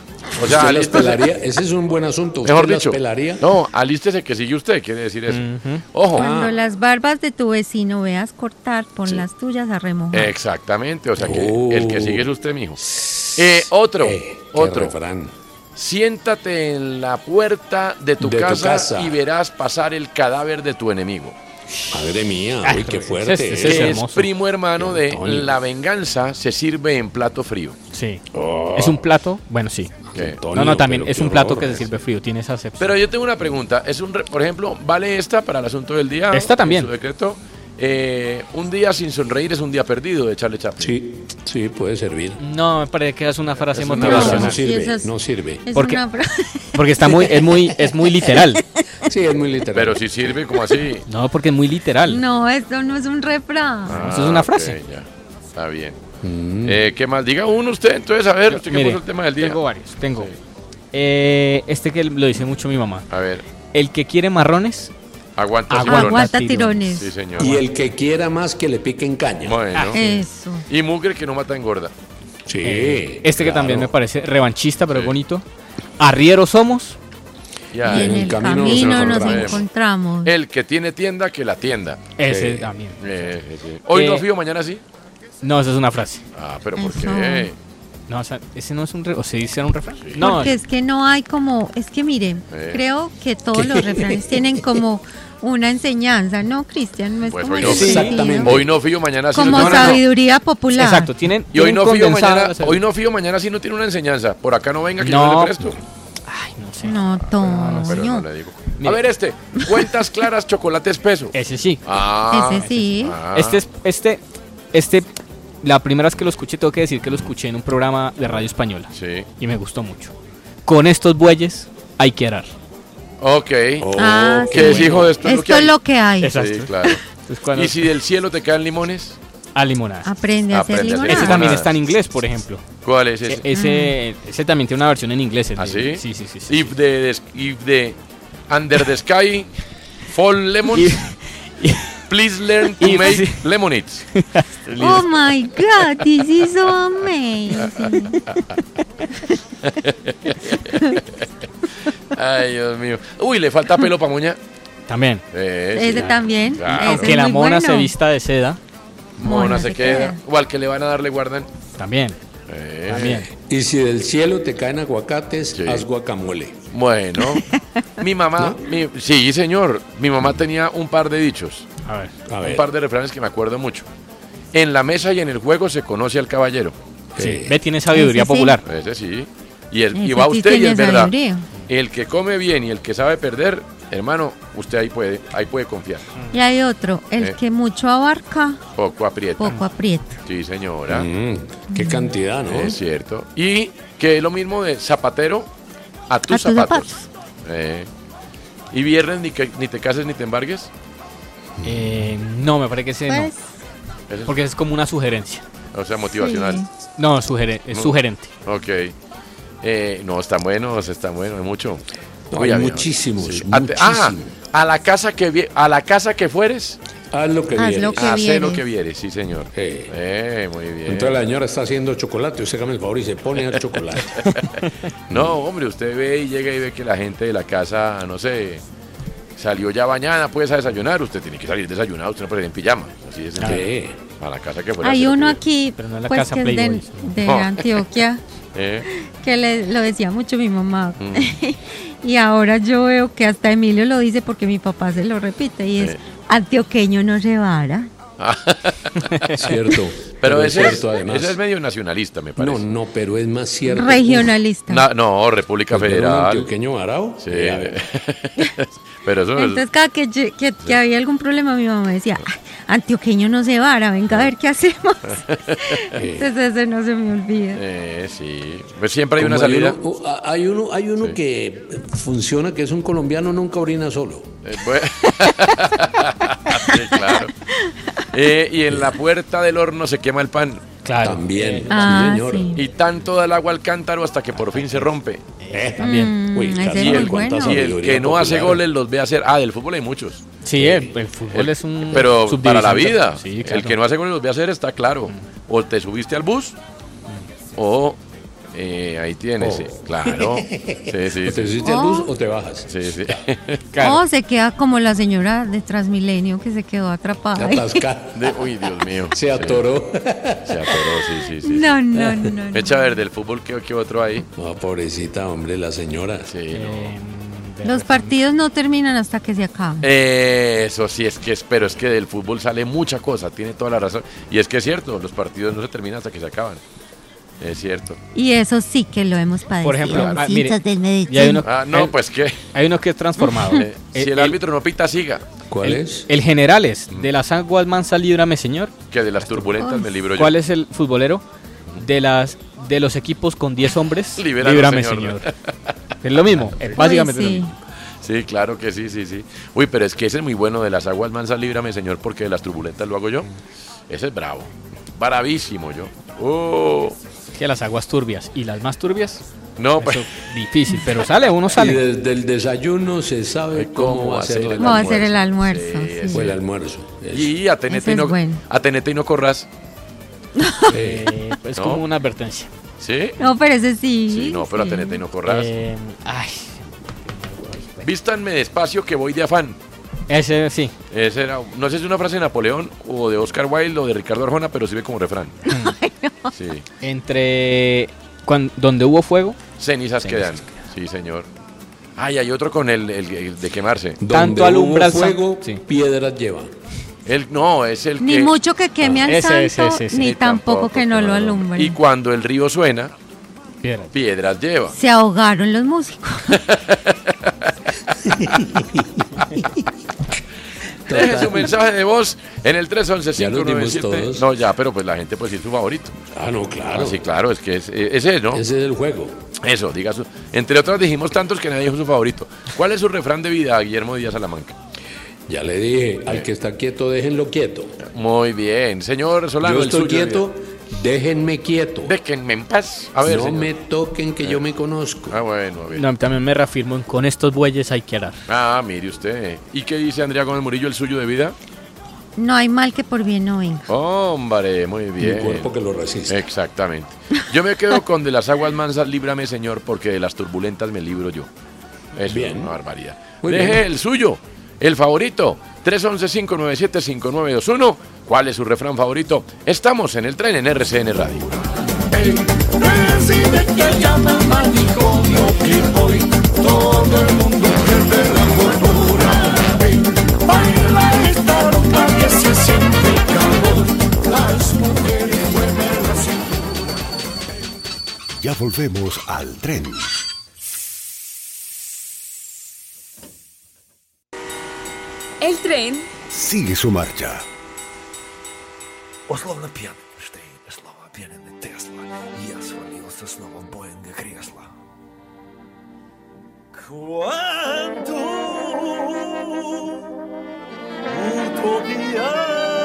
O sea, ¿Usted las alístese- pelaría? Ese es un buen asunto. ¿Usted Mejor las dicho, pelaría? no, alístese que sigue usted, quiere decir eso. Ojo. Cuando las barbas de tu vecino veas cortar, pon Sí. las tuyas a remojar. Exactamente, o sea que Oh. el que sigue es usted, mijo. Eh, otro, Eh, qué otro. refrán. Siéntate en la puerta de tu, De tu casa, casa. y verás pasar el cadáver de tu enemigo. Madre mía, Ah, uy, qué ese- fuerte. ese- Que ese es es hermoso. primo hermano de Antonio. la venganza se sirve en plato frío. Sí. Oh. Es un plato, bueno, sí. ¿Qué? Antonio, No, no, también pero es qué un plato horror. que se sirve frío, tiene esa acepción. Pero yo tengo una pregunta. Es un, re- por ejemplo, ¿vale esta para el asunto del día? Esta también. Su decreto. Eh, un día sin sonreír es un día perdido, de Charlie Chaplin. Sí, sí, puede servir. No, me parece que es una frase Es una No, motivacional. no sí, sirve, eso es- no sirve. Es ¿Por qué? una fra- Porque está muy, es muy, es muy literal. Sí, es muy literal. Pero si sirve como así. No, porque es muy literal. No, esto no es un refrán. Eso es una Ah, frase. ok, ya. Está bien. Mm. Eh, ¿Qué más? Diga uno usted, entonces, a ver, usted que Mire, puso el tema del día. tengo varios. Tengo Sí. eh, este que lo dice mucho mi mamá. A ver, El que quiere marrones, aguanta, Aguanta tirones. Aguanta tirones. tirones. Sí, señor. Y el que quiera más que le piquen caña. Bueno. Eso. Y mugre que no mata engorda. Sí. eh, este que claro. también me parece revanchista, pero Sí. bonito. Arrieros somos. Ya. Y en en el camino camino, nos nos encontramos. encontramos. El que tiene tienda, que la tienda. Ese Sí. también. Eh, sí, sí. Hoy Eh, no fío, mañana sí. No, esa es una frase. Ah, pero ¿por Eso. qué? No, o sea, ese no es un re o se dice un refrán. No, Porque es que no hay como, es que miren, Eh. creo que todos los refranes tienen como una enseñanza, ¿no, Cristian? No es Pues como hoy el no, Sí, exactamente. sentido. hoy no fío, mañana sí. Como no tiene- no, no. sabiduría popular. exacto, tienen Y hoy tienen no fío, condensado, mañana, o sea, hoy no fío, mañana sí no tiene una enseñanza. Por acá no venga que yo No. no le presto. Ay, no sé. No, Ah, pero no Toño. le digo. A ver este, cuentas claras, chocolate espeso. Ese sí. Ah, Ese sí. ah. Este es, este, este, la primera vez que lo escuché, tengo que decir que lo escuché en un programa de radio española. Sí. Y me gustó mucho. Con estos bueyes hay que arar. Ok. Ah, ¿Qué sí. es hijo de esto? Esto es lo que hay. Exacto. Sí, claro. Entonces, cuando- ¿Y si del cielo te caen limones? A limonada. Aprende a hacer Aprende a hacer Ese limonada. también limonadas. está en inglés, por ejemplo. ¿Cuál es ese? E- ese, ese también tiene una versión en inglés. el ¿Ah, de- sí? Sí, sí, sí. sí. If the, if the Under the Sky Fall Lemons, please learn to If- make sí. lemonades. Oh my God, this is so amazing. Ay, Dios mío. Uy, le falta pelo para moña. También. Eh, Ese sí. también. Claro. Ese Aunque es la muy mona bueno. se vista de seda, Mona, Mona se, se queda. queda. O al que le van a dar le guardan. también. Eh. También. Y si del cielo te caen aguacates, Sí. haz guacamole. Bueno, mi mamá, mi- sí, señor, mi mamá tenía un par de dichos, A ver. A un ver. par de refranes que me acuerdo mucho. En la mesa y en el juego se conoce al caballero. Sí. Ve, tiene sabiduría Ese sí. popular. Ese sí. Y, el, y Ese va sí usted y tiene es verdad. sabiduría. El que come bien y el que sabe perder, hermano, usted ahí puede, ahí puede confiar. Y hay otro, el Eh. que mucho abarca, Poco aprieta. poco aprieta. Sí, señora. Mm, qué cantidad, ¿no? Es cierto. Y que es lo mismo de zapatero a tus A tus zapatos. zapatos. Eh. Y viernes ni, que, ni te cases ni te embargues. Eh, no, me parece que ese Pues, Ese es- no. Porque es como una sugerencia. o sea, motivacional. sí. No, sugere- es No. sugerente. Ok. Eh, no, están buenos, están buenos, hay mucho. No, Uy, hay había- muchísimos, A te- ah, muchísimos. a la casa que vie- a la casa que fueres, Haz lo que Haz vieres. lo que hace vieres. lo que vieres, sí, señor. Sí. Eh, muy bien. Entonces la señora está haciendo chocolate, usted hágame el favor y se pone al chocolate. No, hombre, usted ve y llega y ve que la gente de la casa, no sé, salió ya bañada, puedes a desayunar, usted tiene que salir desayunado, usted no puede ir en pijama. Así es. Sí. A la casa que fuera. Hay hace lo uno que- aquí, Pero no en la pues casa que es de, Playboy. de Oh. Antioquia, Eh, que le, lo decía mucho mi mamá. Mm. Y ahora yo veo que hasta Emilio lo dice porque mi papá se lo repite y es Sí. antioqueño no se vara. Cierto. Pero ese es, cierto, además. ese es medio nacionalista, me parece. No, no, pero es más cierto. Regionalista. Na- no, República Pues, ¿pero un Federal. antioqueño varao? Sí. Eh, a ver. Pero eso es. Entonces cada que, yo- que, que había algún problema mi mamá me decía, "Ah, antioqueño no se vara, venga a ver qué hacemos". Entonces ese no se me olvida. Eh, sí. Pues siempre hay una Como hay salida. uno- uh, hay uno, hay uno Sí. que funciona, que es un colombiano, nunca orina solo. Eh, bueno. Sí, claro. Eh, y en la puerta del horno se quema el pan. Claro. También, Ah, sí, señor. sí. Y tanto da el agua al cántaro hasta que por fin se rompe. Eh, también. Mm, Uy, ese casi es Y muy el, cuántas bueno. y el sabiduría que no hace popular. goles los ve hacer. Ah, del fútbol hay muchos. Sí, el, el fútbol es un. Pero para la subdivisión. vida. Sí, claro. El que no hace goles los ve hacer está claro. O te subiste al bus o eh, ahí tienes. Oh. sí, claro. Sí, sí, O te sí. subiste al bus o te bajas. Sí, sí. Claro. O se queda como la señora de Transmilenio que se quedó atrapada. ahí. Atascada. De- uy, Dios mío. Se atoró. Sí, se atoró, sí, sí, sí. No, no, no. no. Echa a ver del fútbol, ¿qué, qué otro hay? No, pobrecita, hombre, la señora. Sí, Eh, no. de Los partidos no terminan hasta que se acaban. Eso sí, es que es, pero es que del fútbol sale mucha cosa, tiene toda la razón. Y es que es cierto, los partidos no se terminan hasta que se acaban. Es cierto. Y eso sí que lo hemos padecido. Por ejemplo, los ah, mire, hinchas del Medellín. y hay uno- Ah, no, Eh, pues qué. Hay uno que es transformado. Eh, si el, el, árbitro no pita, siga. ¿Cuál el- es? el Generales, de las aguas mansas líbrame, señor. Que de las turbulentas me libro yo. ¿Cuál es el futbolero? De las de los equipos con diez hombres, Libéranos, líbrame, señor. señor. Es lo mismo, es básicamente Uy, lo sí. mismo. Sí, claro que sí, sí, sí. Uy, pero es que ese es muy bueno, de las aguas mansas, líbrame, señor, porque de las turbulentas lo hago yo. Ese es bravo. Bravísimo yo. Oh. Que las aguas turbias y las más turbias, No, pues. eso, difícil, pero sale, uno Y sale. desde el desayuno se sabe cómo va a ser la- ¿Cómo va a ser el almuerzo? Sí, Sí. o el almuerzo. Eso. Y atenete Ese y es no, bueno. atenete y no corras. Eh, es ¿No? como una advertencia. ¿Sí? No, pero ese sí. Sí, no, pero sí. atenete y no corras. Eh, ay, Vístanme despacio que voy de afán. ese sí. Ese era, no sé si es una frase de Napoleón o de Oscar Wilde o de Ricardo Arjona, pero sirve como refrán. Sí. Entre cuan- donde hubo fuego, Cenizas Cenizas quedan. Sí, señor. Ay, hay otro con el, el- el de quemarse. Donde tanto alumbra hubo el san- fuego, sí. piedras lleva. El, no, es el Ni que... mucho que queme al Ese, santo, ese, ese, ese. ni Ni tampoco que no lo alumbre. Y cuando el río suena, piedra. piedras lleva. Se ahogaron los músicos. Deje su mensaje de voz en el tres once, cinco nueve siete. todos. No, ya, pero pues la gente puede decir su favorito. Ah, no, claro. Ah, sí, claro, es que es, ese es, ¿no? Ese es el juego. Eso, diga su. Entre otras dijimos tantos que nadie dijo su favorito. ¿Cuál es su refrán de vida, Guillermo Díaz Salamanca? Ya le dije, al que está quieto, déjenlo quieto. Muy bien, señor Solano. Yo el estoy suyo, quieto, déjenme quieto. Déjenme en paz. A ver, no señor. me toquen que yo me conozco. Ah, bueno, a ver. No, también me reafirmo en con estos bueyes hay que arar. Ah, mire usted. ¿Y qué dice Andrea Gómez Murillo, el suyo de vida? No hay mal que por bien no venga. Hombre, muy bien. Mi cuerpo que lo resiste. Exactamente. Yo me quedo con de las aguas mansas, líbrame, Señor, porque de las turbulentas me libro yo. Es Bien. una barbaridad. Muy Deje bien. el suyo, el favorito. tres once, cinco nueve siete, cinco nueve dos uno. ¿Cuál es su refrán favorito? Estamos en el tren en R C N Radio. El presidente llama al manicomio que hoy todo el mundo pierde la cordura. Ven, baila esta rumba que se siente el calor. Las mujeres mueven la cintura. Ya volvemos al tren. El tren Sigue su marcha. Условно пьяный, что и слова пьяный Тесла. Я свалился снова в Боинга кресла. Quanto utopia,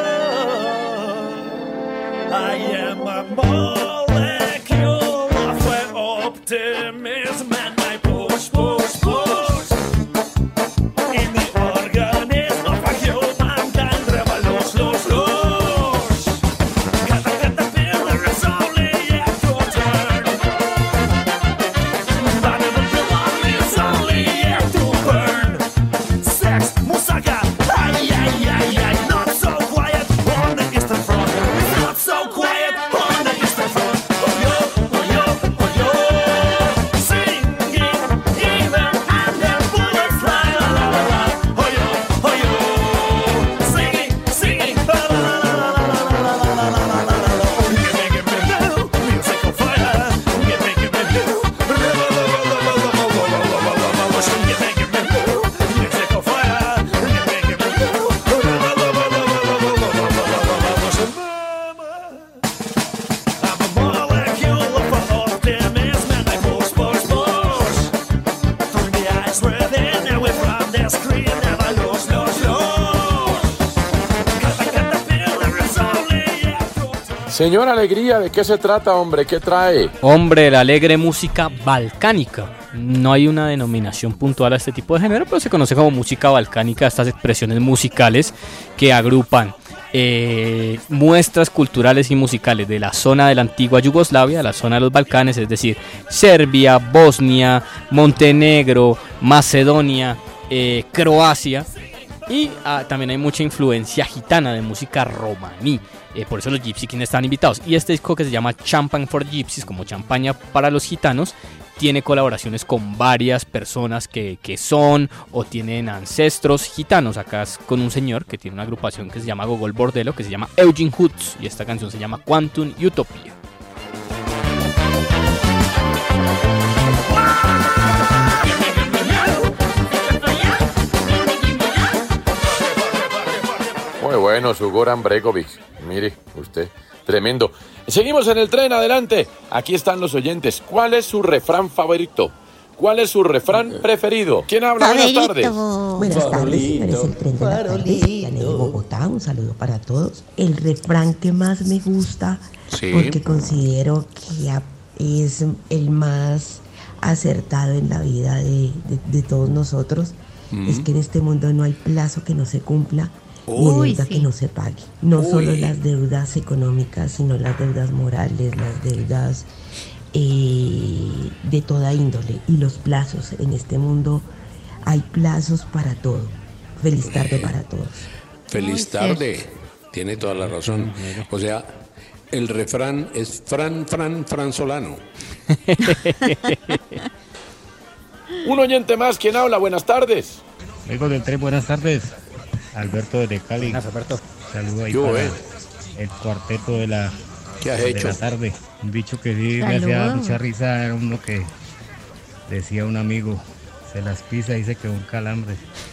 I am a molecule of optimism and my push, push, push. In the organism of a human can revolve, lose, lose. Cata, caterpillar is only yet to turn. Vanilla pillar is only yet to burn. Sex, musaka, ay, ay, ay, ay. Not so quiet on the Eastern Front. It's not so quiet on the Eastern Front. Oh yo, oh yo, oh yo. Singing even and their bullets fly, la la la la. Oh yo, oh yo. Singing, singing, la la la la la la la la la la la la. Give me, give me new music on fire. Give me, give me new. Give me, give me new music on fire. Give me, give me new. I'm a molecule of optimism and I push, push, push. Through the eyes within and we from the screen never lose, lose, lose. Cata, caterpillar is only yet to turn. Señor Alegría, ¿de qué se trata, hombre? ¿Qué trae? Hombre, la alegre música balcánica. No hay una denominación puntual a este tipo de género, pero se conoce como música balcánica, estas expresiones musicales que agrupan eh, muestras culturales y musicales de la zona de la antigua Yugoslavia, la zona de los Balcanes, es decir, Serbia, Bosnia, Montenegro, Macedonia, eh, Croacia. Y ah, también hay mucha influencia gitana de música romaní. Eh, por eso los Gypsy Kings están invitados. Y este disco que se llama Champagne for Gypsies, como champaña para los gitanos, tiene colaboraciones con varias personas que, que son o tienen ancestros gitanos. Acá es con un señor que tiene una agrupación que se llama Gogol Bordello, que se llama Eugene Hoods. Y esta canción se llama Quantum Utopia. Muy bueno, su Goran Bregovic. Mire, usted, tremendo. Seguimos en el tren, adelante. Aquí están los oyentes. ¿Cuál es su refrán favorito? ¿Cuál es su refrán preferido? ¿Quién habla? Buenas tardes. Buenas tardes, señores. El tren de la tarde, Diana de Bogotá. Un saludo para todos. El refrán que más me gusta, Sí. porque considero que ya es el más acertado en la vida de, de- de todos nosotros, Mm. es que en este mundo no hay plazo que no se cumpla, Uy, ni deuda sí. que no se pague. No Uy. solo las deudas económicas, sino las deudas morales, las deudas eh, de toda índole. Y los plazos en este mundo, hay plazos para todo. Feliz tarde para todos. Feliz tarde. Tiene toda la razón. O sea, el refrán es Fran, Fran, Fran Solano. Un oyente más, ¿quién habla? Buenas tardes. Amigos del tren, buenas tardes. Alberto desde Cali. Buenas, Alberto. Saludo ahí Yo, para eh. el cuarteto de la, ¿Qué has de hecho? la tarde. Un bicho que sí me hacía Saludos. mucha risa era uno que decía un amigo, Se las pisa, dice que un calambre.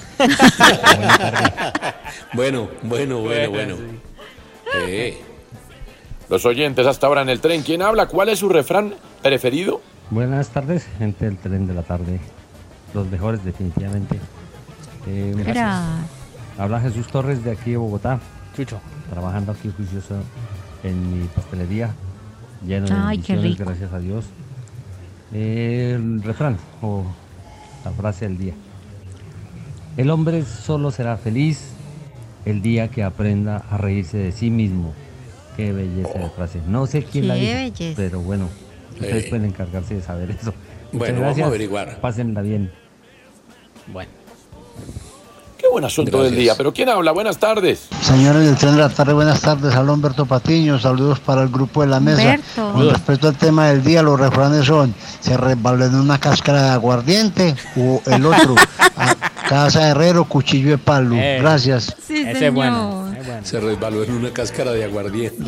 Bueno, bueno, bueno, bueno. Eh. Los oyentes hasta ahora en el tren. ¿Quién habla? ¿Cuál es su refrán preferido? Buenas tardes, gente del tren de la tarde. Los mejores, definitivamente. Eh, Gracias. Habla Jesús Torres de aquí de Bogotá. Chucho. Trabajando aquí juicioso en mi pastelería. Lleno de Ay, qué bendiciones, rico. gracias a Dios. Eh, el refrán o la frase del día. El hombre solo será feliz el día que aprenda a reírse de sí mismo. Qué belleza de frase. No sé quién Qué la dijo, belleza. pero bueno, ustedes Eh. pueden encargarse de saber eso. Muchas Bueno, vamos gracias. a averiguar. Pásenla bien. Bueno. Qué buen asunto Gracias. del día. ¿Pero quién habla? Buenas tardes. Señores del tren de la tarde, buenas tardes. Habla Humberto Patiño. Saludos para el grupo de la mesa. Humberto. Con respecto al tema del día, los refranes son: se resbaló en una cáscara de aguardiente, o el otro, a casa de herrero, cuchillo de palo. Eh. Gracias. Sí, Ese es señor. bueno. Es bueno. Se resbaló en una cáscara de aguardiente.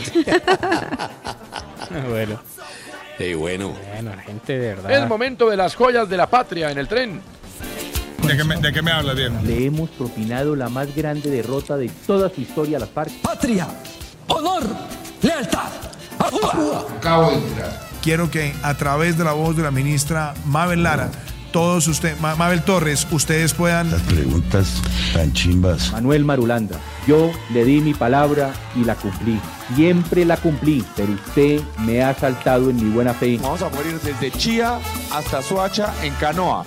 Bueno. Y bueno. Bueno, la gente de verdad. Es momento de las joyas de la patria en el tren. ¿De qué me, de qué me hablas, Diego? Le hemos propinado la más grande derrota de toda su historia a las FARC. Patria, honor, lealtad. Acabo de entrar. Quiero que a través de la voz de la ministra Mabel Lara, todos ustedes, Ma- Mabel Torres, ustedes puedan... Las preguntas tan chimbas. Manuel Marulanda, yo le di mi palabra y la cumplí. Siempre la cumplí, pero usted me ha saltado en mi buena fe. Vamos a morir desde Chía hasta Soacha en canoa.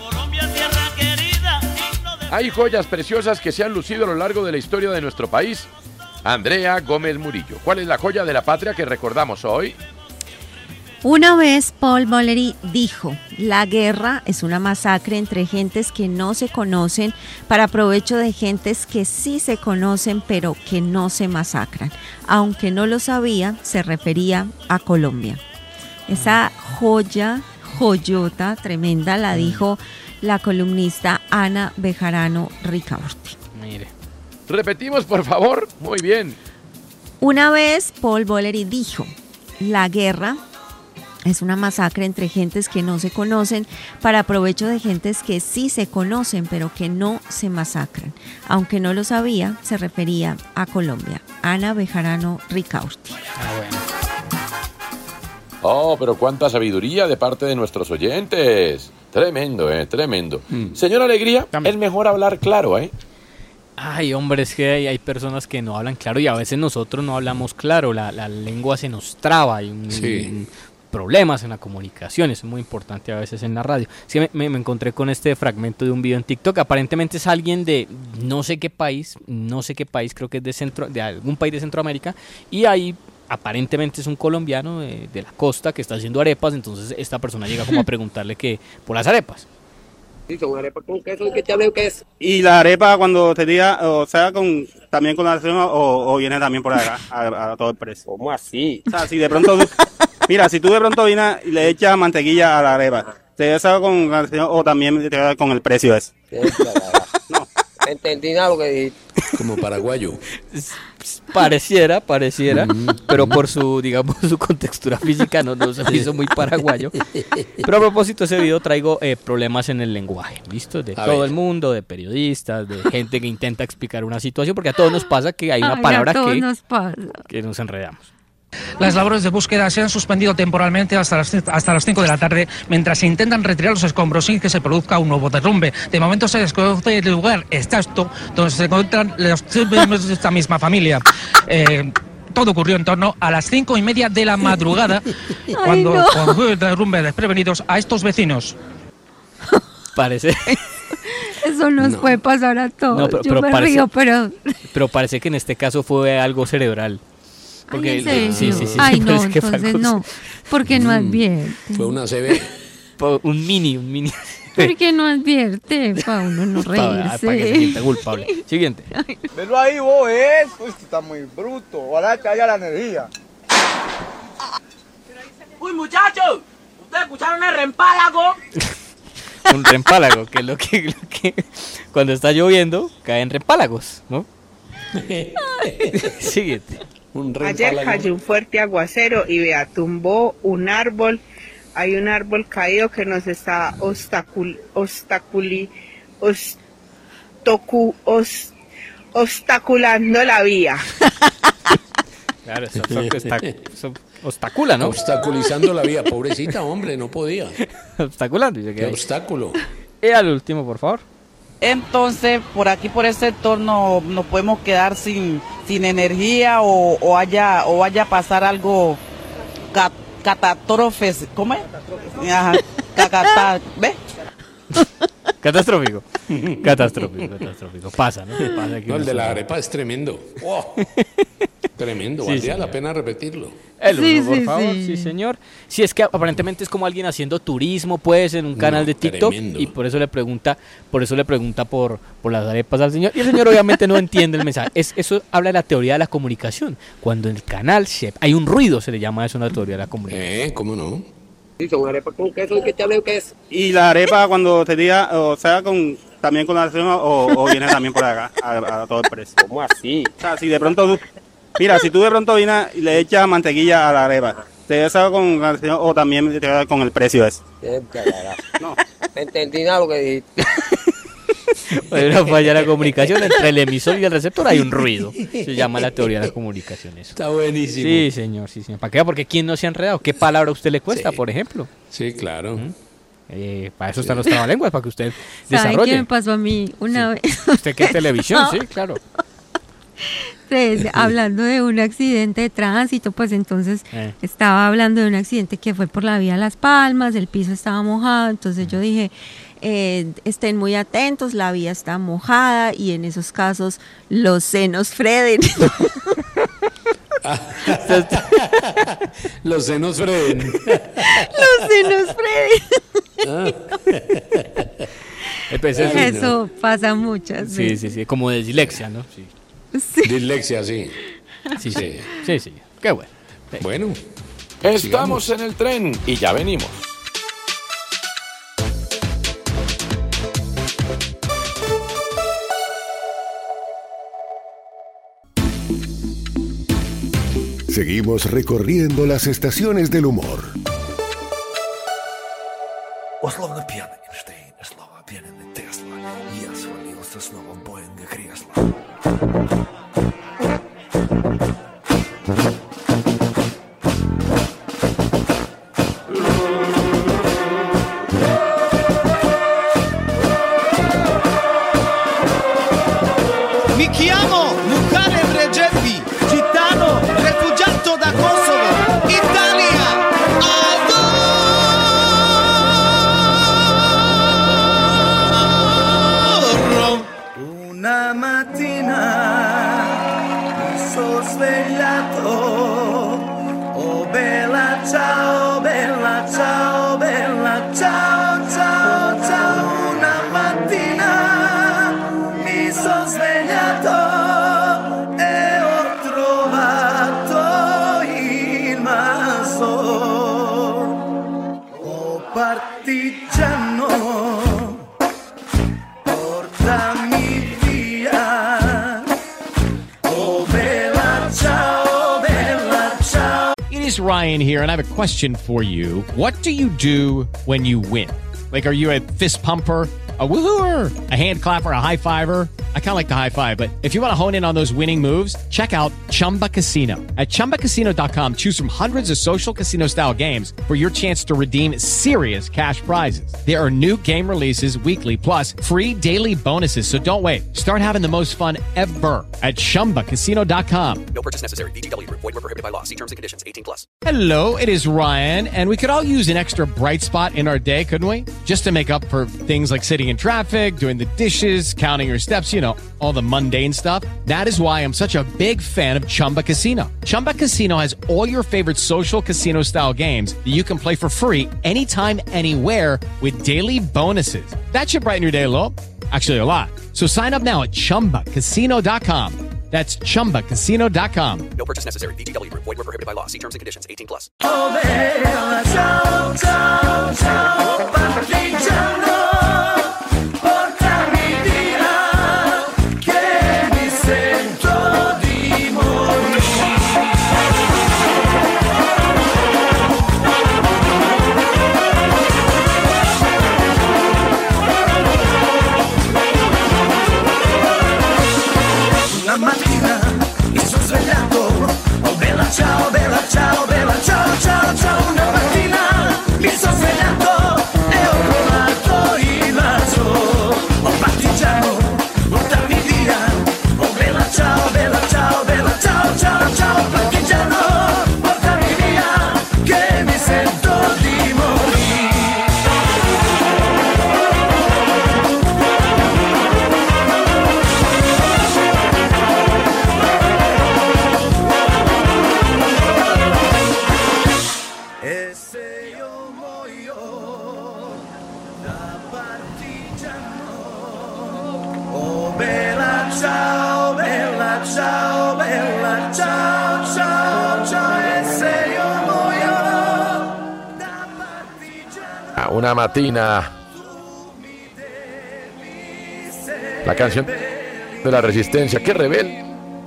Hay joyas preciosas que se han lucido a lo largo de la historia de nuestro país. Andrea Gómez Murillo, ¿cuál es la joya de la patria que recordamos hoy? Una vez Paul Valéry dijo, la guerra es una masacre entre gentes que no se conocen para provecho de gentes que sí se conocen pero que no se masacran. Aunque no lo sabía, se refería a Colombia. Esa joya, joyota tremenda la dijo la columnista Ana Bejarano Ricaurte. Mire. Repetimos, por favor. Muy bien. Una vez Paul Valéry dijo, la guerra es una masacre entre gentes que no se conocen para provecho de gentes que sí se conocen pero que no se masacran. Aunque no lo sabía, se refería a Colombia. Ana Bejarano Ricaurte. Ah, bueno. Oh, pero cuánta sabiduría de parte de nuestros oyentes. Tremendo, eh, tremendo. Mm. Señor Alegría, es mejor hablar claro, ¿eh? Ay, hombre, es que hay, hay personas que no hablan claro y a veces nosotros no hablamos claro. La, la lengua se nos traba. Hay un, Sí. un- problemas en la comunicación. Eso es muy importante a veces en la radio. Sí, me, me- me encontré con este fragmento de un video en TikTok. Aparentemente es alguien de no sé qué país, no sé qué país, creo que es de centro, de algún país de Centroamérica. Y ahí aparentemente es un colombiano de, de la costa que está haciendo arepas. Entonces esta persona llega como a preguntarle que por las arepas. Una arepa con queso y que te hable queso. Y la arepa cuando te diga, o sea, con también con la acción o, o viene también por acá a, a todo el precio. ¿Cómo así? O sea, si de pronto, mira, si tú de pronto vienes y le echas mantequilla a la arepa, te da con la acción o también te da con el precio ese. No, entendí nada lo que dijiste. Como paraguayo. Pareciera, pareciera, pero por su, digamos, su contextura física no, no se me hizo muy paraguayo. Pero a propósito de ese video traigo eh, problemas en el lenguaje, ¿listo? De A todo ver. el mundo, de periodistas, de gente que intenta explicar una situación, porque a todos nos pasa que hay una Ay, palabra a todos que, nos pasa. que nos enredamos. Las labores de búsqueda se han suspendido temporalmente hasta las, hasta las cinco de la tarde mientras se intentan retirar los escombros sin que se produzca un nuevo derrumbe. De momento se desconoce el lugar exacto donde se encuentran los miembros de esta misma familia. Eh, todo ocurrió en torno a las cinco y media de la madrugada cuando no. ocurrió el derrumbe desprevenidos a estos vecinos. Parece, Eso nos No. puede pasar a todos. No, pero- Yo pero me parece- río, pero... pero parece que en este caso fue algo cerebral. Porque Ay, ¿en serio? sí, sí, sí, Ay, sí, no, parece que fue entonces algo- no. Porque no Mm. advierte. Fue una C B. Po- Un mini, un mini. Porque no advierte para uno no Para, para que se reírse. sienta culpable. Siguiente. Velo ahí vos, ¿eh? Uy, está muy bruto. Ojalá que haya la energía. Uy, muchachos, ¿ustedes escucharon el rempálago? Un rempálago, que es lo que, lo que cuando está lloviendo caen rempálagos, ¿no? Siguiente. Un Ayer cayó un fuerte aguacero y vea, tumbó un árbol hay un árbol caído que nos está obstacul, obstaculi, obstocu, os, obstaculando la vía. Claro, eso, eso, está, eso obstacula, ¿no? Obstaculizando la vía, pobrecita, hombre, no podía. Obstaculando. Qué obstáculo. Y al último, por favor. Entonces, por aquí, por este sector, no, nos podemos quedar sin, sin energía o, o, haya, o vaya a pasar algo cat, catástrofes. ¿Cómo es? Ajá, cacata, ¿ves? Catastrófico. Catastrófico, catastrófico. Pasa, ¿no? Pasa aquí no, el de la arepa es tremendo. Wow. Tremendo, Sí, valdría señor. la pena repetirlo. El uno, Sí, por sí, favor, sí. sí, señor. Sí, es que aparentemente es como alguien haciendo turismo, pues, en un canal No, de TikTok, tremendo. y por eso le pregunta, por eso le pregunta por, por las arepas al señor, y el señor obviamente no entiende el mensaje. Es, eso habla de la teoría de la comunicación. Cuando en el canal se, hay un ruido, se le llama eso una teoría de la comunicación. Eh, ¿cómo no? Sí, son arepas con queso, ¿y qué te hablo queso? Y la arepa cuando te diga, o sea, con también con la acción o, o viene también por acá, a, a todo el precio. ¿Cómo así? O sea, si de pronto tú, mira, si tú de pronto vienes y le echas mantequilla a la arepa, te sabe con la acción o también te va con el precio ese. No, no entendí nada lo que dijiste. Hay una falla de la comunicación entre el emisor y el receptor, hay un ruido. Se llama la teoría de la comunicación eso. Está buenísimo. Sí, señor, sí, señor. ¿Para qué? Porque ¿quién no se ha enredado? ¿Qué palabra a usted le cuesta, Sí. por ejemplo? Sí, claro. Eh, para eso están los trabalenguas, para que usted ¿Saben desarrolle. qué me pasó a mí una vez? Usted que es televisión, No. sí, claro. Pues, hablando de un accidente de tránsito, pues entonces Eh. estaba hablando de un accidente que fue por la vía Las Palmas, el piso estaba mojado, entonces yo dije, eh, estén muy atentos, la vía está mojada y en esos casos los senos freden. Los senos freden. Los senos freden. Eh, pues, eso- Eso pasa muchas Sí, veces. sí, sí, como de dislexia, ¿no? Sí. Dislexia, sí. Sí, sí, sí, sí. Qué bueno. Bueno. Estamos en el tren y ya venimos. Seguimos recorriendo las estaciones del humor. Условно пьяный Эйнштейн, слова пьяный Тесла. Я свалился снова в Боинга кресло. Mi chiamo Lucane Regepi, gitano, rifugiato da Kosovo, Italia. Adoro. Una mattina mi sono svegliato. Oh bella ciao, bella ciao, bella ciao, ciao, ciao. Una mattina mi sono svegliato e ho trovato il maso. Oh partigiano, portami via. Oh bella ciao, bella ciao. It is Ryan here, and I have a question for you. What do you do when you win? Like, are you a fist pumper, a woohooer, a hand clapper, a high fiver? I kind of like the high five, but if you want to hone in on those winning moves, check out Chumba Casino. At chumba casino dot com, choose from hundreds of social casino style games for your chance to redeem serious cash prizes. There are new game releases weekly, plus free daily bonuses. So don't wait. Start having the most fun ever at chumba casino dot com. No purchase necessary. V G W Group. Void where prohibited by law. See terms and conditions. eighteen plus. Hello, it is Ryan, and we could all use an extra bright spot in our day, couldn't we? Just to make up for things like sitting in traffic, doing the dishes, counting your steps, you know, all the mundane stuff. That is why I'm such a big fan of Chumba Casino. Chumba Casino has all your favorite social casino style games that you can play for free anytime, anywhere with daily bonuses. That should brighten your day a little. Actually, a lot. So sign up now at chumba casino dot com. That's chumba casino dot com. No purchase necessary. V G W Group. Void where prohibited by law. See terms and conditions. eighteen plus. Oh bella ciao, ciao, ciao, partigiano, portami via, che mi sento di morire. una matina. La canción de la resistencia, que rebelde.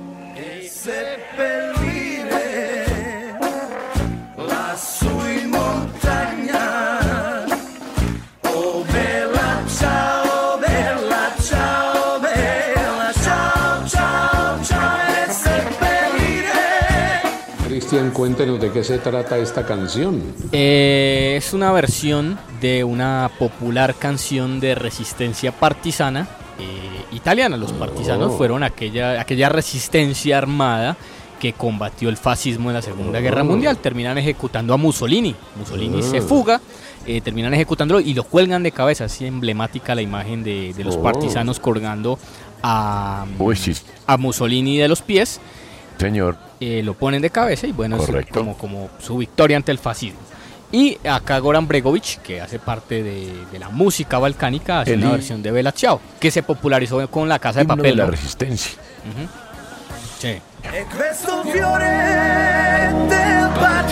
Cristian, cuéntenos de qué se trata esta canción. Eh, es una versión de una popular canción de resistencia partisana eh, italiana. Los partisanos Oh. fueron aquella, aquella resistencia armada que combatió el fascismo en la Segunda Guerra Mundial. Terminan ejecutando a Mussolini. Mussolini Oh. se fuga, eh, terminan ejecutándolo y lo cuelgan de cabeza. Así emblemática la imagen de, de los Oh. partisanos colgando a, Uy, sí. a Mussolini de los pies. Señor. Eh, lo ponen de cabeza y bueno, es Correcto. como, como su victoria ante el fascismo. Y acá Goran Bregovic, que hace parte de, de la música balcánica, hace El una hi- versión de Bella Ciao, que se popularizó con La Casa de Himno Papel. de la ¿no? resistencia. Ujú. Sí. E questo fiore del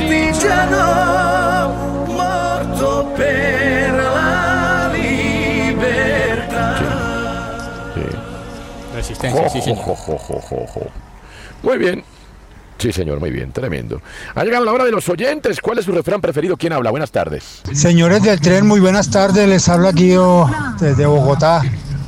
partigiano morto per la libertà. Resistencia, sí, Jo, señor. jo, jo, jo, jo, jo. Muy bien. Sí, señor, muy bien, tremendo. Ha llegado la hora de los oyentes. ¿Cuál es su refrán preferido? ¿Quién habla? Buenas tardes. Señores del tren, muy buenas tardes. Les hablo aquí yo desde Bogotá.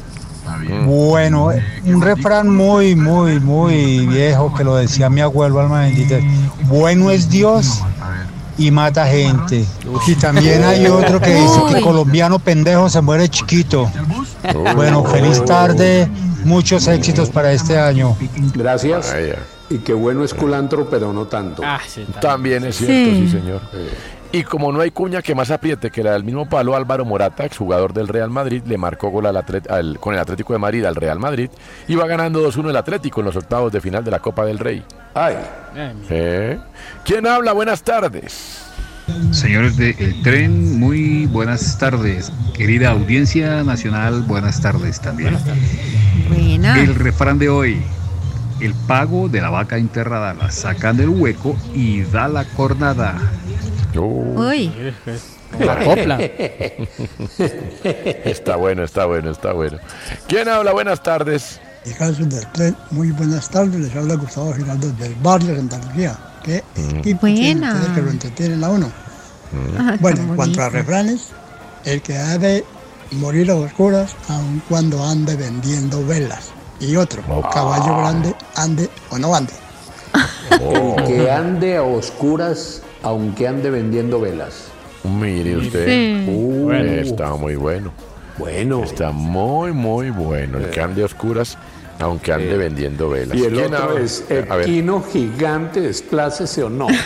Bueno, un refrán muy, muy, muy viejo que lo decía mi abuelo, alma bendita. Bueno es Dios y mata gente. Y también hay otro que dice que colombiano pendejo se muere chiquito. Bueno, feliz tarde, muchos éxitos para este año. Gracias. Y qué bueno es culantro, pero no tanto. Ah, También es cierto, sí, señor. Y como no hay cuña que más apriete que la del mismo palo, Álvaro Morata, exjugador del Real Madrid, le marcó gol al Atlet- al- con el Atlético de Madrid al Real Madrid y va ganando dos uno el Atlético en los octavos de final de la Copa del Rey. Ay. ¿Eh? ¿Quién habla? Buenas tardes. Señores de El Tren, muy buenas tardes. Querida audiencia nacional, buenas tardes también. Buena. El refrán de hoy: el pago de la vaca enterrada la sacan del hueco y da la cornada. Uy. La copla. Está bueno, está bueno, está bueno. ¿Quién habla? Buenas tardes. Casos del tren, muy buenas tardes, les habla Gustavo Giraldo del barrio Santa Lucía. Qué equipo tienen Buena. ustedes que lo entretienen a uno. Ah, Bueno, tan en cuanto a bonito. refranes, el que ha de morir a oscuras aun cuando ande vendiendo velas. Y otro, caballo grande, ande o no ande. El que ande a oscuras, aunque ande vendiendo velas. Mire usted. Sí. Uh, Bueno. Está muy bueno. Bueno. Está muy, muy bueno. El que ande a oscuras, aunque ande vendiendo velas. Y el ¿Quién otro habla? es A ver. equino gigante, desplácese o no.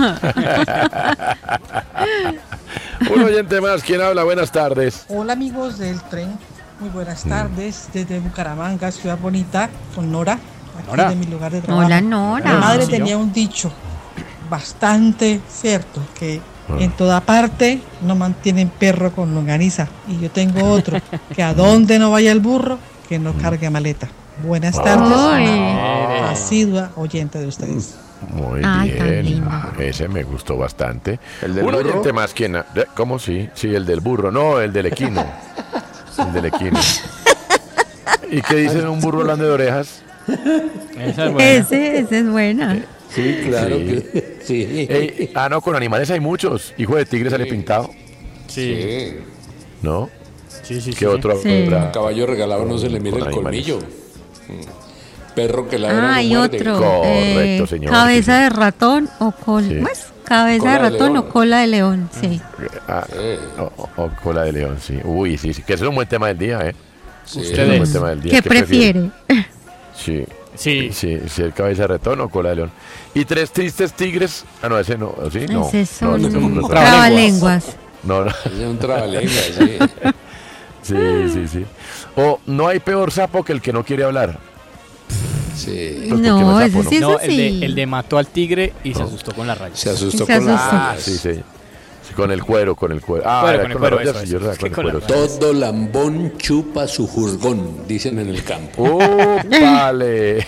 Un oyente más. ¿Quién habla? Buenas tardes. Hola amigos del tren, muy buenas tardes desde Bucaramanga, ciudad bonita, con Nora, aquí Nora. de mi lugar de trabajo. Hola, Nora. Mi madre Sí. tenía un dicho bastante cierto, que Ah. en toda parte no mantienen perro con longaniza. Y yo tengo otro, que a donde no vaya el burro, que no cargue maleta. Buenas tardes, Ay. una asidua oyente de ustedes. Muy Ay, tan bien. lindo. Ese me gustó bastante. ¿El del Un burro? oyente más. ¿Quién? ha- de- ¿Cómo sí? Sí, el del burro. No, el del equino. El del equino. ¿Y qué dice de un burro hablando de orejas? Esa es Ese, ese es buena. Sí, claro Sí. que sí. Ey, ah, no, con animales hay muchos. Hijo de tigre sale pintado. Sí. ¿No? Sí, sí, ¿Qué sí. otro? Sí. habrá? Caballo regalado no se le mira Con el animales. colmillo. Perro que ladra Ah, no hay muerde. otro. Correcto, eh, señor. Cabeza de ratón o cola. Sí. ¿Cómo es? Cabeza Cola de de ratón león. o cola de león. Sí. Ah, o, o cola de león, sí. Uy, sí, sí. Que ese es un buen tema del día, ¿eh? Sí. Ese es un buen tema del día. ¿Qué prefiere? Sí. Sí. Sí, sí, el cabeza de ratón o cola de león. Y tres tristes tigres. Ah, no, ese no. ¿Sí? No. Ese es no, un ese es un refrán. trabalenguas. No, no. Es un trabalenguas, sí. Sí, sí, sí. O no hay peor sapo que el que no quiere hablar. Sí. Pues porque No, es ese sapo, sí es No, el así. de, el de mató al tigre y se asustó con la raya. Se asustó Se con la... asustó. Ah, sí, sí. Sí, con el cuero, con el cuero. Ah, Cuero, era con el con cuero, la raya, eso, sí, eso. yo era Es con que el con la cuero. Todo lambón chupa su jurgón, dicen en el campo. ¡Oh, vale!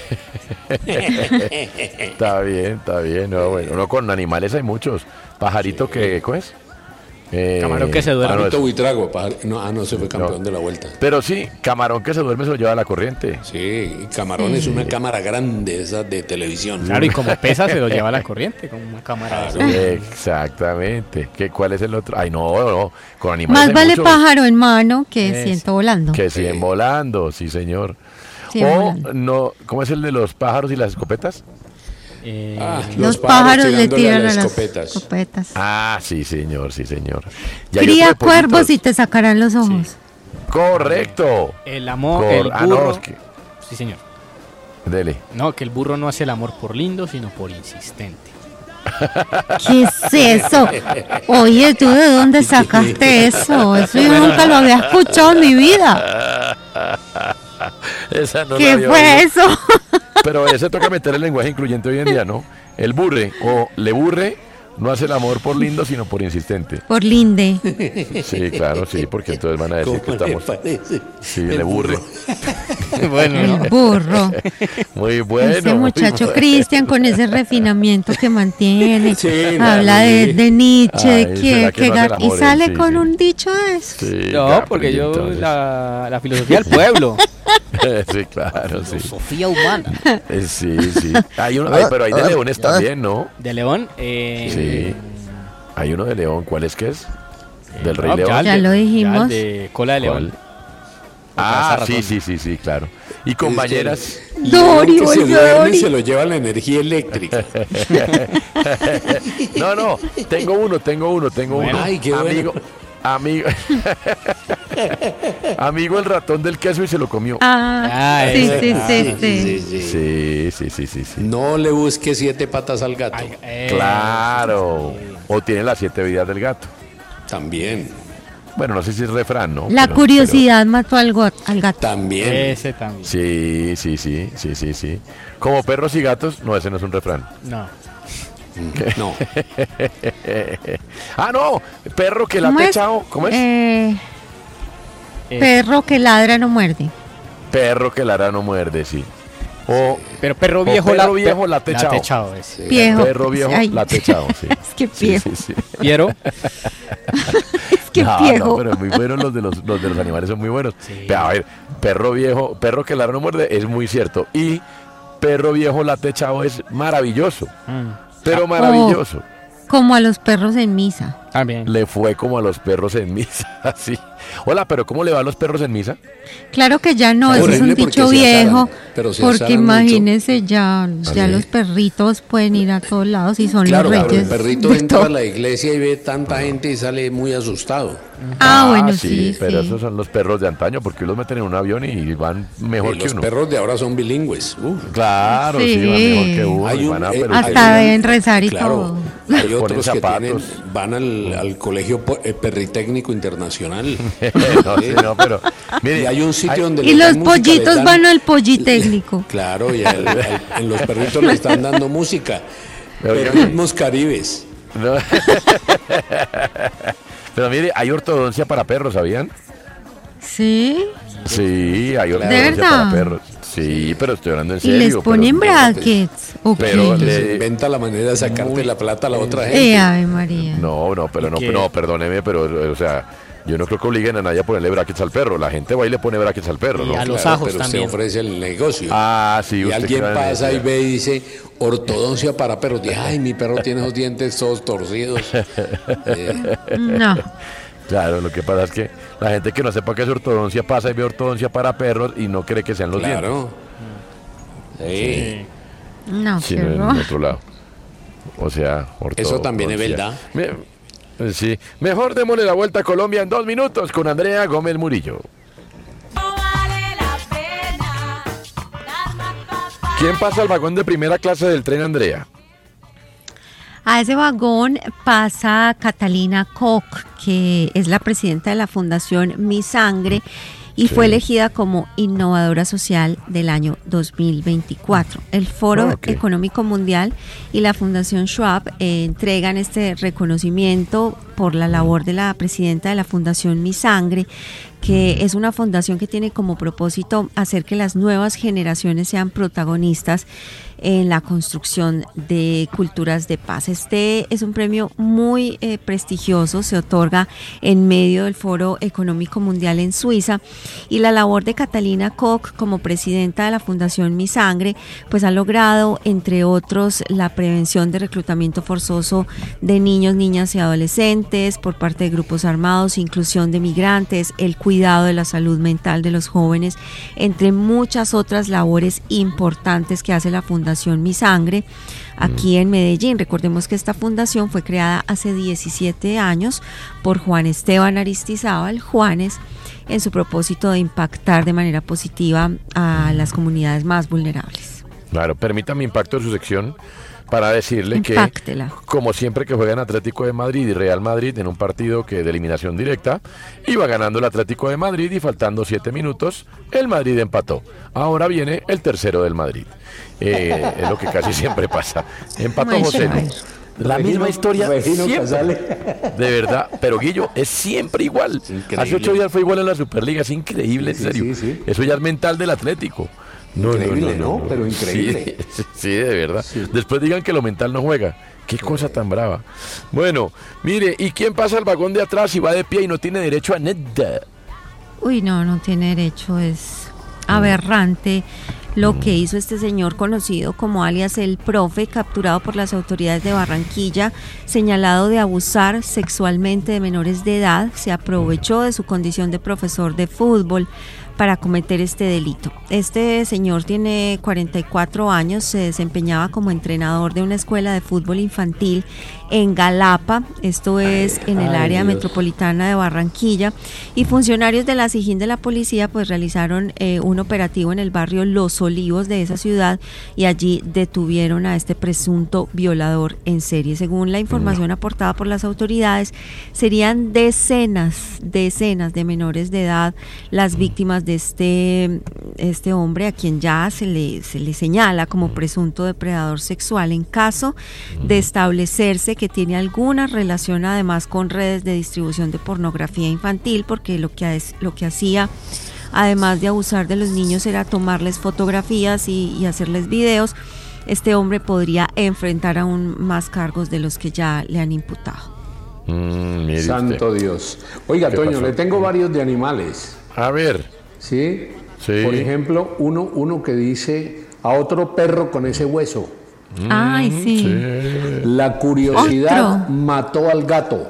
Está bien, está bien. No, bueno, no, con animales hay muchos. Pajarito que, ¿cómo es? Eh, Camarón que se duerme. ah, no, Pajarito es- Buitrago, pajar- no, ah, no, se fue campeón No. de la vuelta. Pero sí, camarón que se duerme se lo lleva a la corriente. Sí, y Camarón Sí. es una cámara grande, esa de televisión. Claro, y como pesa se lo lleva a la corriente con una cámara. Claro. de- Exactamente. ¿Qué, ¿Cuál es el otro? Ay, no, no. Con animales Más hay vale muchos pájaro en mano que Es- ciento volando. que siguen volando, sí, señor. Siguen o volando. no, ¿cómo es el de los pájaros y las escopetas? Eh, Ah, Los pájaros le tirándole tiran a las las escopetas. escopetas. Ah, sí, señor, sí, señor. Y hay Cría otro de cuervos pollitos. y te sacarán los ojos. Correcto. El amor, Cor- el ah, no, burro. es que- Sí, señor. Dele. No, que el burro no hace el amor por lindo, sino por insistente. ¿Qué es eso? Oye, ¿tú de dónde sacaste eso? Eso yo nunca lo había escuchado en mi vida. Esa no la ¿Qué había fue oído. eso? Pero ese toca meter el lenguaje incluyente hoy en día, ¿no? El burre o le burre no hace el amor por lindo, sino por insistente. Por linde. Sí, claro, sí, porque entonces van a decir que ¿Cómo le estamos... parece? Sí, El le burre. Bueno, El ¿no? burro. Muy bueno. Ese muy muchacho bueno. Cristian con ese refinamiento que mantiene. Sí, Habla no, de, sí. de Nietzsche, Ay, de que, ¿será que que no hace el Gar- y amor él? sale Sí, con sí. un dicho de eso. Sí, No, Capri, porque yo, entonces. la, la filosofía del pueblo. Sí, claro, sí. Filosofía humana. Eh, Sí, sí. Hay uno, ay, pero hay de leones también, ¿no? De León. Eh, Sí. Hay uno de león, ¿cuál es que es? Del Rey no, León. el Ya de- lo dijimos. el de cola de león. ¿Cuál? Ah, Cabeza sí, ratón. sí, sí, sí, claro. Y con Es que- bañeras. Dori, León que se oye, duerme Dori. y se lo lleva la energía eléctrica. No, no, tengo uno, tengo uno, tengo Bueno. uno. Ay, qué amigo, bueno. amigo, amigo el ratón del queso y se lo comió. Ah, Ah, sí, ese. sí, Ah, sí, sí, sí. sí, sí. Sí, sí, sí, sí, sí. No le busque siete patas al gato. Eh, Claro. O tiene las siete vidas del gato. También, Bueno, no sé si es refrán, ¿no? La Pero- curiosidad mató al, go- al gato. también. Ese también. pero- Sí, sí, sí, sí, sí, sí. Como perros y gatos, no, ese no es un refrán. No. No. Ah, no, perro que ¿Cómo late es? chao. ¿Cómo es? Eh, Eh, perro que ladra no muerde. Perro que ladra no muerde, sí. O Pero perro o viejo, perro la, viejo late chao. late chao, ese. Viejo. Perro viejo Ay. late chao, sí. Es que Sí, viejo. sí, sí. Piero. Es que No, viejo. no, pero muy buenos los de los, los de los animales son muy buenos. Pero, a ver, perro viejo, perro que ladra no muerde es muy cierto. Y perro viejo late chao es maravilloso. Mm. Pero maravilloso. Como a los perros en misa. También. Le fue como a los perros en misa, así. Hola, pero ¿cómo le va a los perros en misa? Claro que ya no, eso es un Horrible porque dicho se azaran, viejo. pero se Porque azaran mucho. imagínense, ya, ya ¿sí? los perritos pueden ir a todos lados y son Claro, los pero el reyes. perrito de entra todo. a la iglesia y ve tanta gente y sale muy asustado. Ah, bueno, sí, pero sí. esos son los perros de antaño porque los meten en un avión y van mejor Y que los uno. perros de ahora son bilingües. Uf. Claro, sí. Sí. van mejor que uno. Hay y un- van a eh, peluquería. Hasta deben rezar y Claro, todo. hay Ponen otros que zapatos. tienen, van al, al colegio po- eh, perritécnico internacional. No, sí, no, pero mire, Y hay un sitio hay- donde Y les dan los música, les pollitos dan- van al pollitécnico. Claro, y al- al- en los perritos le están dando música. Pero Pero yo- ritmos caribes. no. Pero mire, hay ortodoncia para perros, ¿sabían? Sí. Sí, hay ¿De ortodoncia verdad? para perros. Sí, pero estoy hablando en Y serio. les pero- ponen pero- brackets. Ok. pero Que le- se inventa la manera de sacarte la plata a la otra gente. Eh, Ave María. No, no, pero ¿Y no, qué? no, perdóneme, pero, o sea, yo no creo que obliguen a nadie a ponerle brackets al perro. La gente va y le pone brackets al perro, Y ¿no? a los Claro, ajos pero también. usted ofrece el negocio. Ah, sí, y usted alguien crea en pasa eso. y ve y dice, ortodoncia para perros. Dice, ay, mi perro tiene esos dientes todos torcidos. Eh, No. Claro, lo que pasa es que la gente que no sepa qué es ortodoncia pasa y ve ortodoncia para perros y no cree que sean los claro. Sí. No, dientes, qué sino en horror. otro lado. O sea, ortodoncia. Eso también es verdad. Me- sí, mejor démosle la vuelta a Colombia en dos minutos con Andrea Gómez Murillo. ¿Quién pasa al vagón de primera clase del tren, Andrea? A ese vagón pasa Catalina Koch, que es la presidenta de la Fundación Mi Sangre y Sí. fue elegida como innovadora social del año dos mil veinticuatro. El Foro Ah, ok. Económico Mundial y la Fundación Schwab eh, entregan este reconocimiento por la labor de la presidenta de la Fundación Mi Sangre, que es una fundación que tiene como propósito hacer que las nuevas generaciones sean protagonistas en la construcción de culturas de paz. Este es un premio muy eh, prestigioso, se otorga en medio del Foro Económico Mundial en Suiza, y la labor de Catalina Koch como presidenta de la Fundación Mi Sangre pues ha logrado, entre otros, la prevención de reclutamiento forzoso de niños, niñas y adolescentes por parte de grupos armados, inclusión de migrantes, el cuidado de la salud mental de los jóvenes, entre muchas otras labores importantes que hace la Fundación Mi Sangre aquí en Medellín. Recordemos que esta fundación fue creada hace diecisiete años por Juan Esteban Aristizábal Juanes en su propósito de impactar de manera positiva a las comunidades más vulnerables. Claro, permítame impacto en su sección para decirle Impáctela. que, como siempre que juegan Atlético de Madrid y Real Madrid en un partido que de eliminación directa, iba ganando el Atlético de Madrid y faltando siete minutos, el Madrid empató. Ahora viene el tercero del Madrid. Eh, es lo que casi siempre pasa. Empató José. La Regino, misma historia Regino siempre. Casale. De verdad, pero Guillo, es siempre igual. Increíble. Hace ocho días fue igual en la Superliga, es increíble, Sí, en serio. sí, sí. Eso ya es mental del Atlético. No, Increíble, no, no, ¿no? Pero increíble. Sí, sí, de verdad. Sí. Después digan que lo mental no juega. Qué cosa tan brava. Bueno, mire, ¿y quién pasa al vagón de atrás y va de pie y no tiene derecho a nada? Uy, no, no tiene derecho, es aberrante lo que hizo este señor conocido como alias El Profe, capturado por las autoridades de Barranquilla, señalado de abusar sexualmente de menores de edad. Se aprovechó de su condición de profesor de fútbol para cometer este delito. Este señor tiene cuarenta y cuatro años, se desempeñaba como entrenador de una escuela de fútbol infantil en Galapa, esto es en el ay, área Dios. metropolitana de Barranquilla, y funcionarios de la SIJIN de la policía pues realizaron eh, un operativo en el barrio Los Olivos de esa ciudad y allí detuvieron a este presunto violador en serie. Según la información aportada por las autoridades, serían decenas, decenas de menores de edad las víctimas de este, este hombre a quien ya se le, se le señala como presunto depredador sexual en caso de establecerse que tiene alguna relación además con redes de distribución de pornografía infantil, porque lo que, lo que hacía además de abusar de los niños era tomarles fotografías y, y hacerles videos. Este hombre podría enfrentar aún más cargos de los que ya le han imputado. Mm, mire Santo usted. Dios. Oiga, ¿Qué Toño, pasó? le tengo varios de animales. A ver. ¿Sí? Sí. Por ejemplo, uno, uno que dice a otro perro con ese hueso. Ay, sí. Sí. La curiosidad Otro. mató al gato.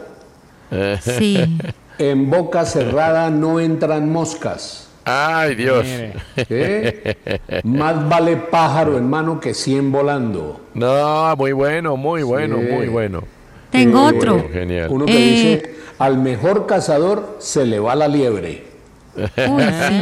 Sí. En boca cerrada no entran moscas. Ay, Dios. ¿Eh? Más vale pájaro en mano que cien volando. No, muy bueno, muy bueno, Sí. muy bueno. Tengo Eh, otro. Genial. Uno que Eh. dice, al mejor cazador se le va la liebre. Uy, sí.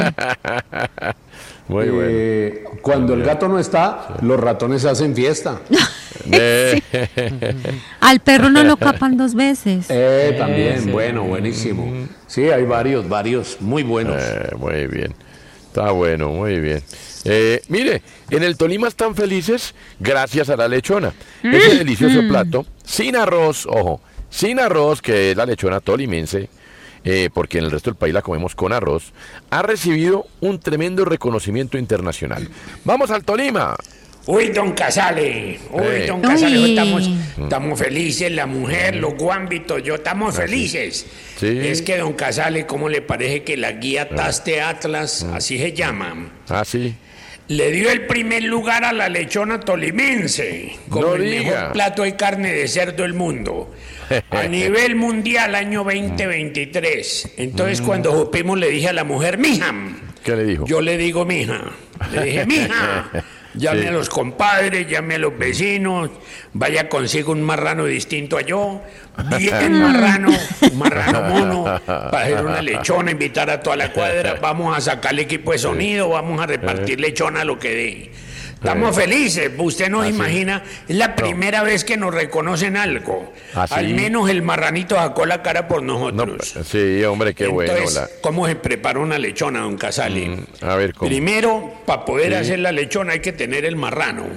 Muy Eh, Cuando el gato no está, los ratones hacen fiesta. bueno. Al perro no lo capan dos veces. Eh, también, bueno, buenísimo. Sí, hay varios, varios, muy buenos. Eh, muy bien. Está bueno, muy bien. Eh, mire, en el Tolima están felices gracias a la lechona. Ese delicioso plato, sin arroz, ojo, sin arroz, que es la lechona tolimense, eh, porque en el resto del país la comemos con arroz, ha recibido un tremendo reconocimiento internacional. ¡Vamos al Tolima! Uy, don Casale, uy, Eh. don Casale, Uy. estamos, estamos felices, la mujer, los guambitos, yo estamos felices. Sí. Es que don Casale, ¿cómo le parece que la guía Taste Atlas, así se llama, Ah, sí. le dio el primer lugar a la lechona tolimense como No el diga. mejor plato de carne de cerdo del mundo? A nivel mundial, año veinte veintitrés. Entonces, cuando supimos, le dije a la mujer, mija, ¿Qué le dijo? yo le digo mija, le dije, mija, llame Sí. a los compadres, llame a los vecinos, vaya consigo un marrano distinto a yo, bien marrano, un marrano mono, para hacer una lechona, invitar a toda la cuadra, vamos a sacar el equipo de sonido, vamos a repartir lechona lo que dé. Estamos felices, usted no Ah, se sí. imagina, es la primera vez que nos reconocen algo. Ah, sí. Al menos el marranito sacó la cara por No, nosotros. sí, hombre, qué bueno. Entonces, La... ¿cómo se prepara una lechona, don Casale? Mm, a ver, ¿cómo? Primero, para poder Sí. hacer la lechona hay que tener el marrano.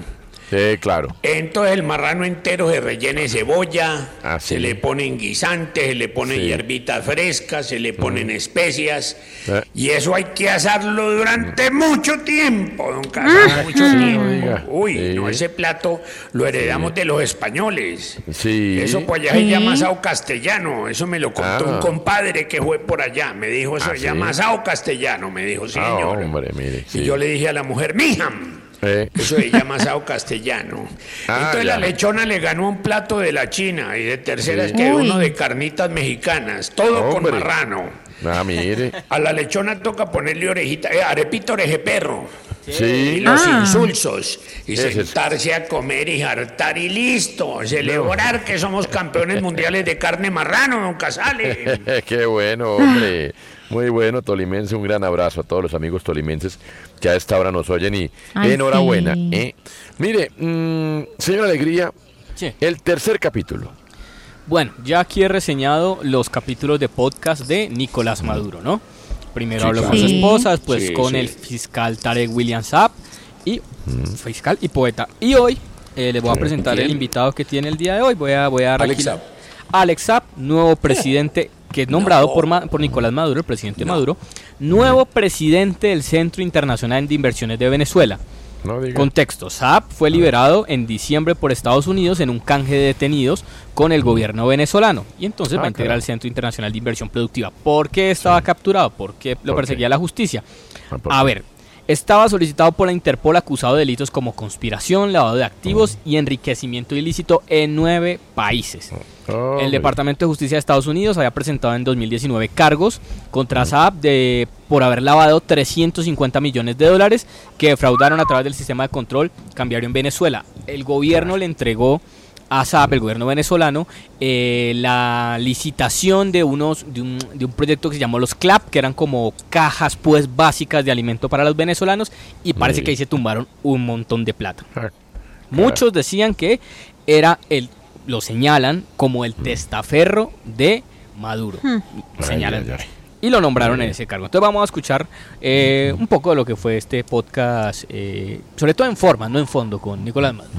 Sí, claro. Entonces el marrano entero se rellena de cebolla, Ah, se sí. le ponen guisantes, se le ponen Sí. hierbitas frescas, se le ponen especias. Eh. Y eso hay que asarlo durante mucho tiempo, don Casado, mucho Sí, tiempo. no diga. Uy, Sí. no, ese plato lo heredamos de los españoles. Sí. Eso pues allá se llama asado castellano. Eso me lo contó Ah. un compadre que fue por allá. Me dijo, eso ¿Ah, se sí? llama asado castellano. Me dijo, sí, Ah, señor. hombre, mire. Y sí. yo le dije a la mujer, mija, Eh. eso se llama asado castellano. Ah, Entonces ya. la lechona le ganó un plato de la China y de terceras Sí. que Uy. uno de carnitas mexicanas. Todo con Hombre. marrano. Ah, mire. A la lechona toca ponerle orejita, eh, arepita orejeperro. Y Sí. los Ah. insulsos. Y Ese es. sentarse a comer y hartar y listo. Celebrar que somos campeones mundiales de carne marrano, don Casale. Qué bueno, hombre. Muy bueno, tolimense. Un gran abrazo a todos los amigos tolimenses que a esta hora nos oyen y Ay, enhorabuena. sí. ¿eh? Mire, mm, señor Alegría, Sí. el tercer capítulo. Bueno, ya aquí he reseñado los capítulos de podcast de Nicolás Maduro, ¿no? Primero Sí, habló claro. con su Sí. esposa, después Sí, con sí. el fiscal Tarek William Saab, y fiscal y poeta. Y hoy eh, les voy a presentar ¿Quién? el invitado que tiene el día de hoy. Voy a, voy a dar Alex aquí- Saab. Alex Saab, nuevo presidente, que es nombrado No. por, Ma- por Nicolás Maduro, el presidente No. Maduro, nuevo presidente del Centro Internacional de Inversiones de Venezuela. No diga. Contexto, Saab fue liberado en diciembre por Estados Unidos en un canje de detenidos con el gobierno venezolano y entonces Ah, va a integrar caray. el Centro Internacional de Inversión Productiva. ¿Por qué estaba capturado? ¿Por qué lo ¿Por perseguía qué? la justicia? Ah, ¿por A qué? ver, estaba solicitado por la Interpol acusado de delitos como conspiración, lavado de activos y enriquecimiento ilícito en nueve países. El Hombre. Departamento de Justicia de Estados Unidos había presentado en dos mil diecinueve cargos contra Saab de, por haber lavado trescientos cincuenta millones de dólares que defraudaron a través del sistema de control cambiario en Venezuela. El gobierno le entregó a Saab, el gobierno venezolano, eh, la licitación de unos de un, de un proyecto que se llamó los C L A P, que eran como cajas pues básicas de alimento para los venezolanos, y parece Sí. que ahí se tumbaron un montón de plata. Ah, Muchos decían que era el, lo señalan como el testaferro de Maduro. Hmm. Señalan. Ay, ay, ay. Y lo nombraron Ay. en ese cargo. Entonces vamos a escuchar eh, un poco de lo que fue este podcast, eh, sobre todo en forma, no en fondo, con Nicolás Maduro.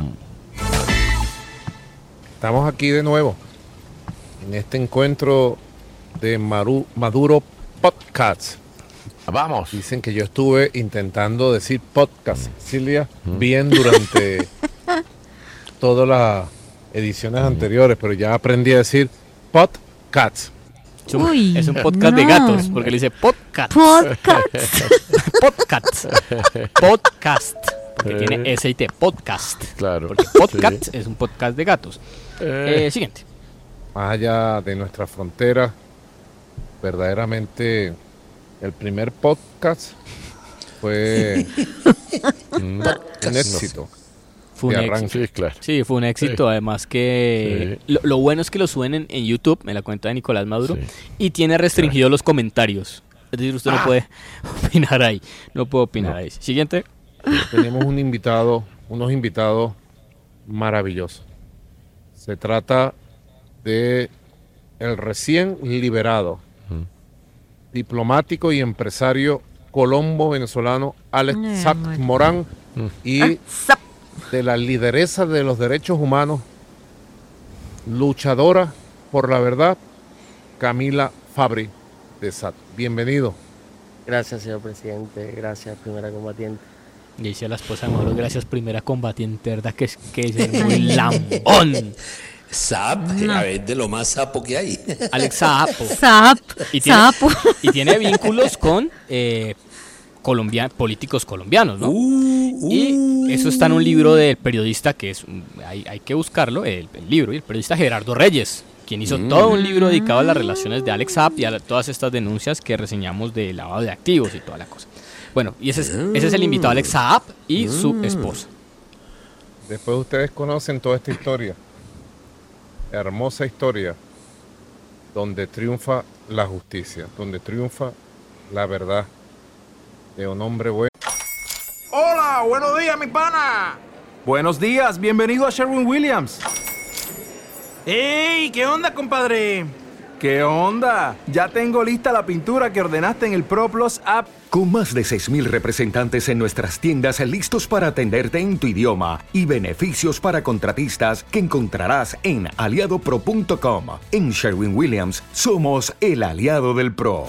Estamos aquí de nuevo en este encuentro de Maru- Maduro Podcast. Vamos. Dicen que yo estuve intentando decir podcast, Silvia, bien durante todas las ediciones anteriores, pero ya aprendí a decir podcast. Es un, Uy, es un podcast de no. gatos, porque le dice podcast. Podcast. Podcast. Podcast. Porque Eh. tiene S y T. Podcast. Claro. Porque podcast es un podcast de gatos. Eh. Eh, siguiente. Más allá de nuestra frontera, verdaderamente el primer podcast fue un, un éxito. Fue un de éxito. arranque. Sí, claro. Sí, fue un éxito. Sí. Además que Sí. lo, lo bueno es que lo suben en, en YouTube, en la cuenta de Nicolás Maduro, Sí. y tiene restringidos los comentarios. Es decir, usted no Ah. puede opinar ahí. No puede opinar No. ahí. Siguiente. Tenemos un invitado, unos invitados maravillosos. Se trata de el recién liberado, diplomático y empresario colombo venezolano Alex Ay, Saab María. Morán y de la lideresa de los derechos humanos, luchadora por la verdad, Camila Fabri de Saab. Bienvenido. Gracias, señor presidente. Gracias, primera combatiente. Y dice a la esposa de Maduro, gracias primera combatiente, ¿verdad? Que es, que es muy lambón. Saab, No. a ver, de lo más sapo que hay. Alex Sapo. Sap, Y tiene, sapo. y tiene vínculos con eh, colombia- políticos colombianos, ¿no? Y eso está en un libro del periodista que es, un- hay, hay que buscarlo, el, el libro, y el periodista Gerardo Reyes, quien hizo todo un libro dedicado a las relaciones de Alex Saab y a la- todas estas denuncias que reseñamos de lavado de activos y toda la cosa. Bueno, y ese es, ese es el invitado, Alex Saab y su esposa. Después ustedes conocen toda esta historia, hermosa historia, donde triunfa la justicia, donde triunfa la verdad de un hombre bueno. Hola, buenos días, mi pana. Buenos días, bienvenido a Sherwin Williams. ¡Ey! ¿Qué onda, compadre? ¿Qué onda? Ya tengo lista la pintura que ordenaste en el ProPlus app. Con más de seis mil representantes en nuestras tiendas listos para atenderte en tu idioma y beneficios para contratistas que encontrarás en aliado pro punto com. En Sherwin-Williams somos el aliado del pro.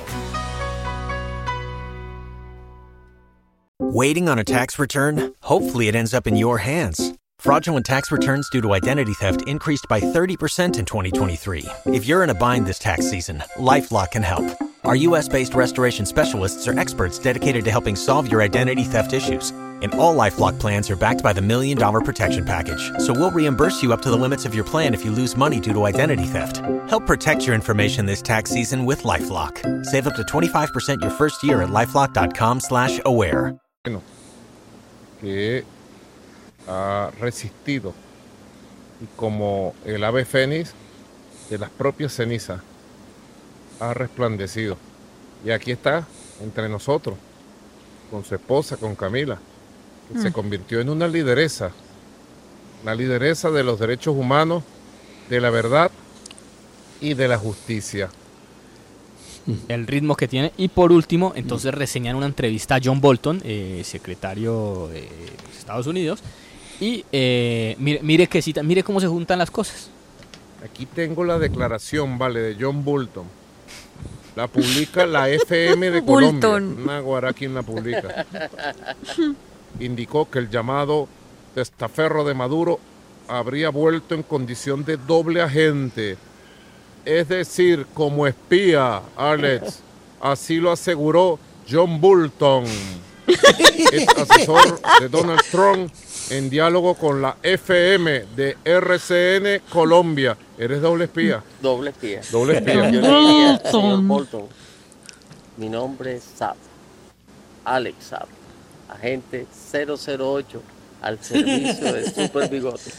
Waiting on a tax return? Hopefully it ends up in your hands. Fraudulent tax returns due to identity theft increased by thirty percent in twenty twenty-three. If you're in a bind this tax season, LifeLock can help. Our U S-based restoration specialists are experts dedicated to helping solve your identity theft issues. And all LifeLock plans are backed by the Million Dollar Protection Package. So we'll reimburse you up to the limits of your plan if you lose money due to identity theft. Help protect your information this tax season with LifeLock. Save up to twenty-five percent your first year at LifeLock.com slash aware. Bueno, que ha resistido y como el ave fénix de las propias cenizas ha resplandecido. Y aquí está, entre nosotros, con su esposa, con Camila, que mm. se convirtió en una lideresa, la lideresa de los derechos humanos, de la verdad y de la justicia. El ritmo que tiene. Y por último, entonces reseñan una entrevista a John Bolton, eh, secretario de Estados Unidos. Y eh, mire, mire que cita, mire cómo se juntan las cosas. Aquí tengo la declaración, vale, de John Bolton. La publica la F M de Colombia. Una guará quien la publica. Indicó que el llamado testaferro de Maduro habría vuelto en condición de doble agente. Es decir, como espía, Alex. Así lo aseguró John Bolton, es asesor de Donald Trump, en diálogo con la F M de R C N Colombia. ¿Eres doble espía? Doble espía. Doble espía. Yo le diría, señor Bolton, mi nombre es Saab, Alex Saab, agente cero cero ocho al servicio de Super Bigote.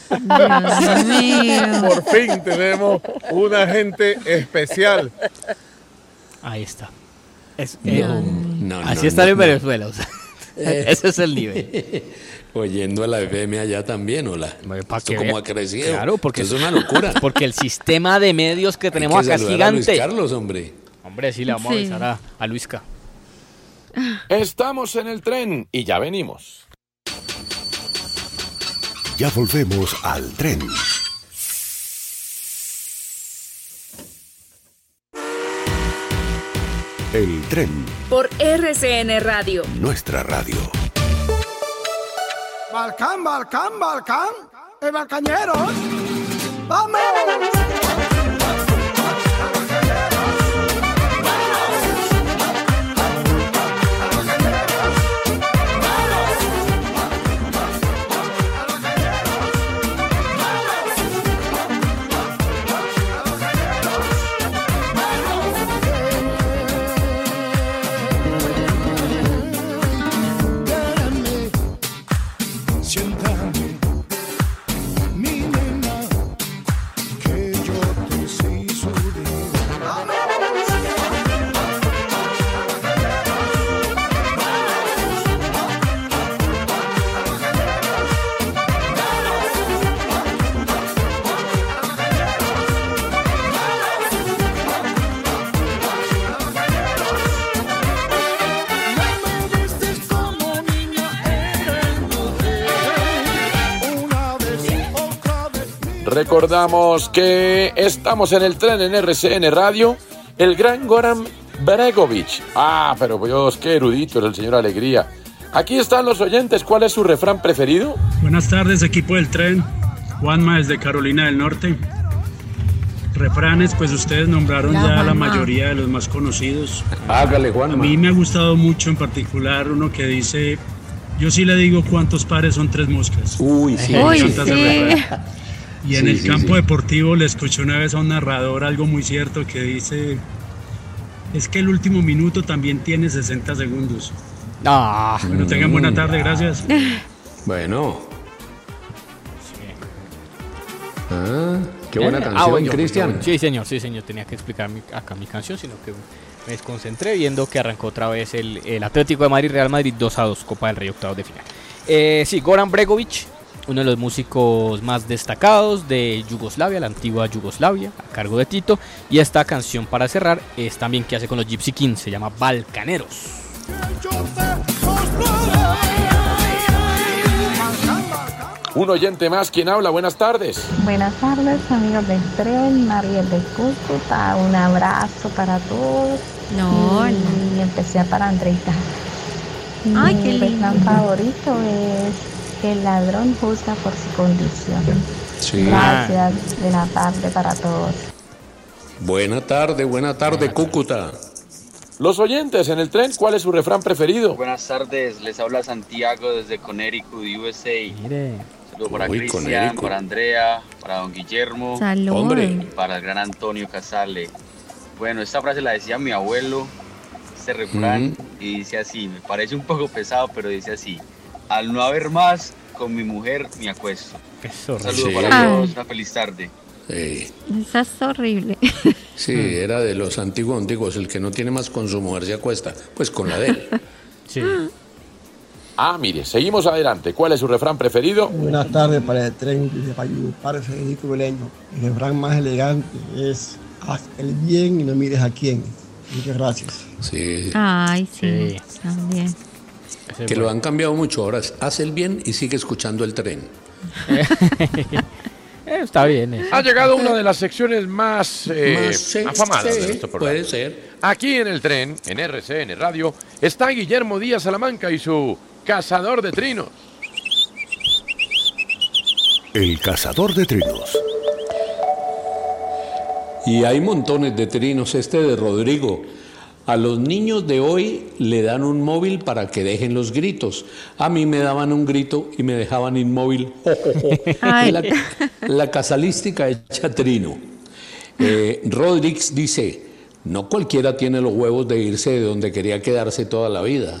Por fin tenemos un agente especial. Ahí está. Es, eh, no, no, así no, está no, en no. Venezuela. O sea, eh. Ese es el nivel. Oyendo a la F M allá también, ¿o la? Esto como ha crecido. Claro, porque es una locura. Porque el sistema de medios que tenemos Hay que acá es saludar a gigante. Luis Carlos, hombre. Hombre, sí, le vamos Sí. a avisar a, a Luisca. Estamos en el tren y ya venimos. Ya volvemos al tren. El tren, Por R C N Radio. nuestra radio. Balcán, Balcán, Balcán. El Balcañero. ¡Vamos! Siéntame, mi nena, que yo te sé subir. Recordamos que estamos en el tren en R C N Radio. El gran Goran Bregovic. Ah, pero Dios, qué erudito es el señor Alegría. Aquí están los oyentes. ¿Cuál es su refrán preferido? Buenas tardes, equipo del tren. Juanma desde Carolina del Norte. Refranes, pues ustedes nombraron Ya, ya la Juanma. mayoría de los más conocidos. Hágale, Juanma. A mí me ha gustado mucho en particular uno que dice, yo sí le digo cuántos pares son tres moscas. Uy, sí. sí. Me Uy, encanta ese sí. refrán. Y en Sí, el sí, campo sí. deportivo le escuché una vez a un narrador algo muy cierto que dice, es que el último minuto también tiene sesenta segundos. Ah. Bueno, tengan buena tarde, gracias. Bueno. Ah, qué buena Eh, canción, ah, bueno, Cristian. Sí, señor, sí, señor. Tenía que explicar mi- acá mi canción, sino que me desconcentré viendo que arrancó otra vez el, el Atlético de Madrid, Real Madrid dos a dos, Copa del Rey, octavos de final. Eh, sí, Goran Bregovic, uno de los músicos más destacados de Yugoslavia, la antigua Yugoslavia, a cargo de Tito. Y esta canción para cerrar es también que hace con los Gypsy Kings, se llama Balcaneros. Un oyente más, ¿quién habla? Buenas tardes. Buenas tardes, amigos del tren, Mariel de Cúcuta, un abrazo para todos. No, y no. empecé para Andreita. Ay, Mi qué lindo. refrán favorito es: el ladrón juzga por su condición. Sí. Gracias, buena tarde para todos. Buena tarde, buena tarde, Cúcuta. Los oyentes en el tren, ¿cuál es su refrán preferido? Buenas tardes, les habla Santiago desde Connecticut, U S A. Mire. Saludos para Uy, Cristian, Connecticut. para Andrea, para don Guillermo. Salud. Hombre. Y para el gran Antonio Casale. Bueno, esta frase la decía mi abuelo, este refrán, Ujú. y dice así, me parece un poco pesado, pero dice así: al no haber más, con mi mujer me acuesto. Eso, Un saludo Sí. para Ay. todos, una feliz tarde. Sí, Esa es horrible. sí, era de los antiguos antiguos. El que no tiene más con su mujer se acuesta. Pues con la de él. sí. Ah, mire, seguimos adelante. ¿Cuál es su refrán preferido? Buenas tardes para el tren de Payú, para Federico Beleño. El refrán más elegante es: haz el bien y no mires a quién. Muchas gracias. Sí. Ay, sí, Sí. también. Ese es Que lo bueno. han cambiado mucho. Ahora es, haz el bien y sigue escuchando el tren. Eh, está bien. eso. Ha llegado una de las secciones más, eh, Más, sí, afamadas sí, de nuestro programa. puede ser. Aquí en el tren, en R C N Radio, está Guillermo Díaz Salamanca y su Cazador de Trinos. El cazador de trinos. Y hay montones de trinos. Este de Rodrigo. A los niños de hoy le dan un móvil para que dejen los gritos. A mí me daban un grito y me dejaban inmóvil. Jo, jo, jo. Ay. La, la casalística hecha trino. Eh, Rodríguez dice: no cualquiera tiene los huevos de irse de donde quería quedarse toda la vida.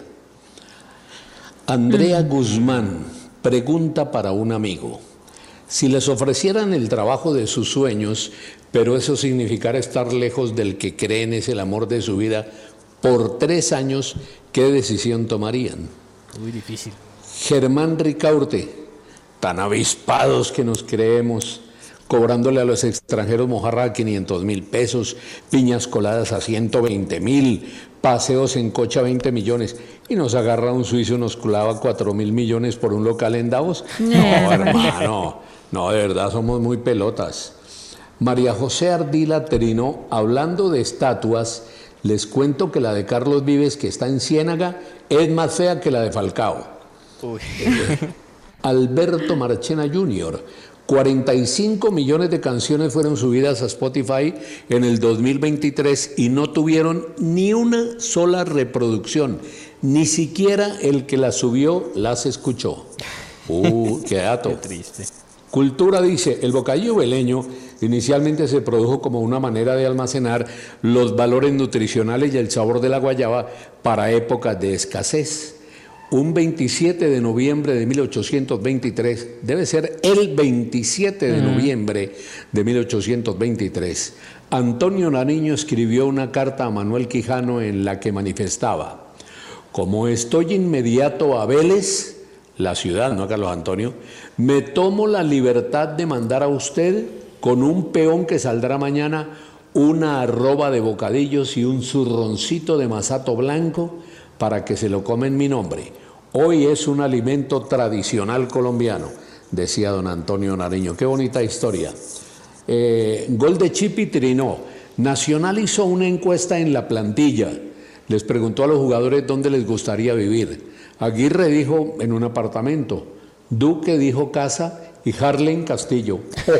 Andrea Guzmán pregunta para un amigo: si les ofrecieran el trabajo de sus sueños, pero eso significara estar lejos del que creen es el amor de su vida por tres años, ¿qué decisión tomarían? Muy difícil. Germán Ricaurte, tan avispados que nos creemos, cobrándole a los extranjeros mojarra a quinientos mil pesos, piñas coladas a ciento veinte mil, paseos en coche a veinte millones, y nos agarra un suizo y nos clava cuatro mil millones por un local en Davos. No, hermano, no, de verdad somos muy pelotas. María José Ardila Terino, hablando de estatuas, les cuento que la de Carlos Vives, que está en Ciénaga, es más fea que la de Falcao. Uy. Alberto Marchena junior, cuarenta y cinco millones de canciones fueron subidas a Spotify en el dos mil veintitrés y no tuvieron ni una sola reproducción, ni siquiera el que las subió las escuchó. Uh, qué dato. Qué triste. Cultura dice: el bocadillo beleño inicialmente se produjo como una manera de almacenar los valores nutricionales y el sabor de la guayaba para épocas de escasez. Un veintisiete de noviembre de mil ochocientos veintitrés, debe ser el veintisiete de noviembre de mil ochocientos veintitrés, Antonio Nariño escribió una carta a Manuel Quijano en la que manifestaba: como estoy inmediato a Vélez, la ciudad, no a Carlos Antonio, me tomo la libertad de mandar a usted con un peón que saldrá mañana una arroba de bocadillos y un zurroncito de masato blanco para que se lo come en mi nombre. Hoy es un alimento tradicional colombiano, decía don Antonio Nariño. Qué bonita historia. Eh, gol de Chipi Trinó. Nacional hizo una encuesta en la plantilla. Les preguntó a los jugadores dónde les gustaría vivir. Aguirre dijo en un apartamento, Duque dijo casa y Harlen Castillo.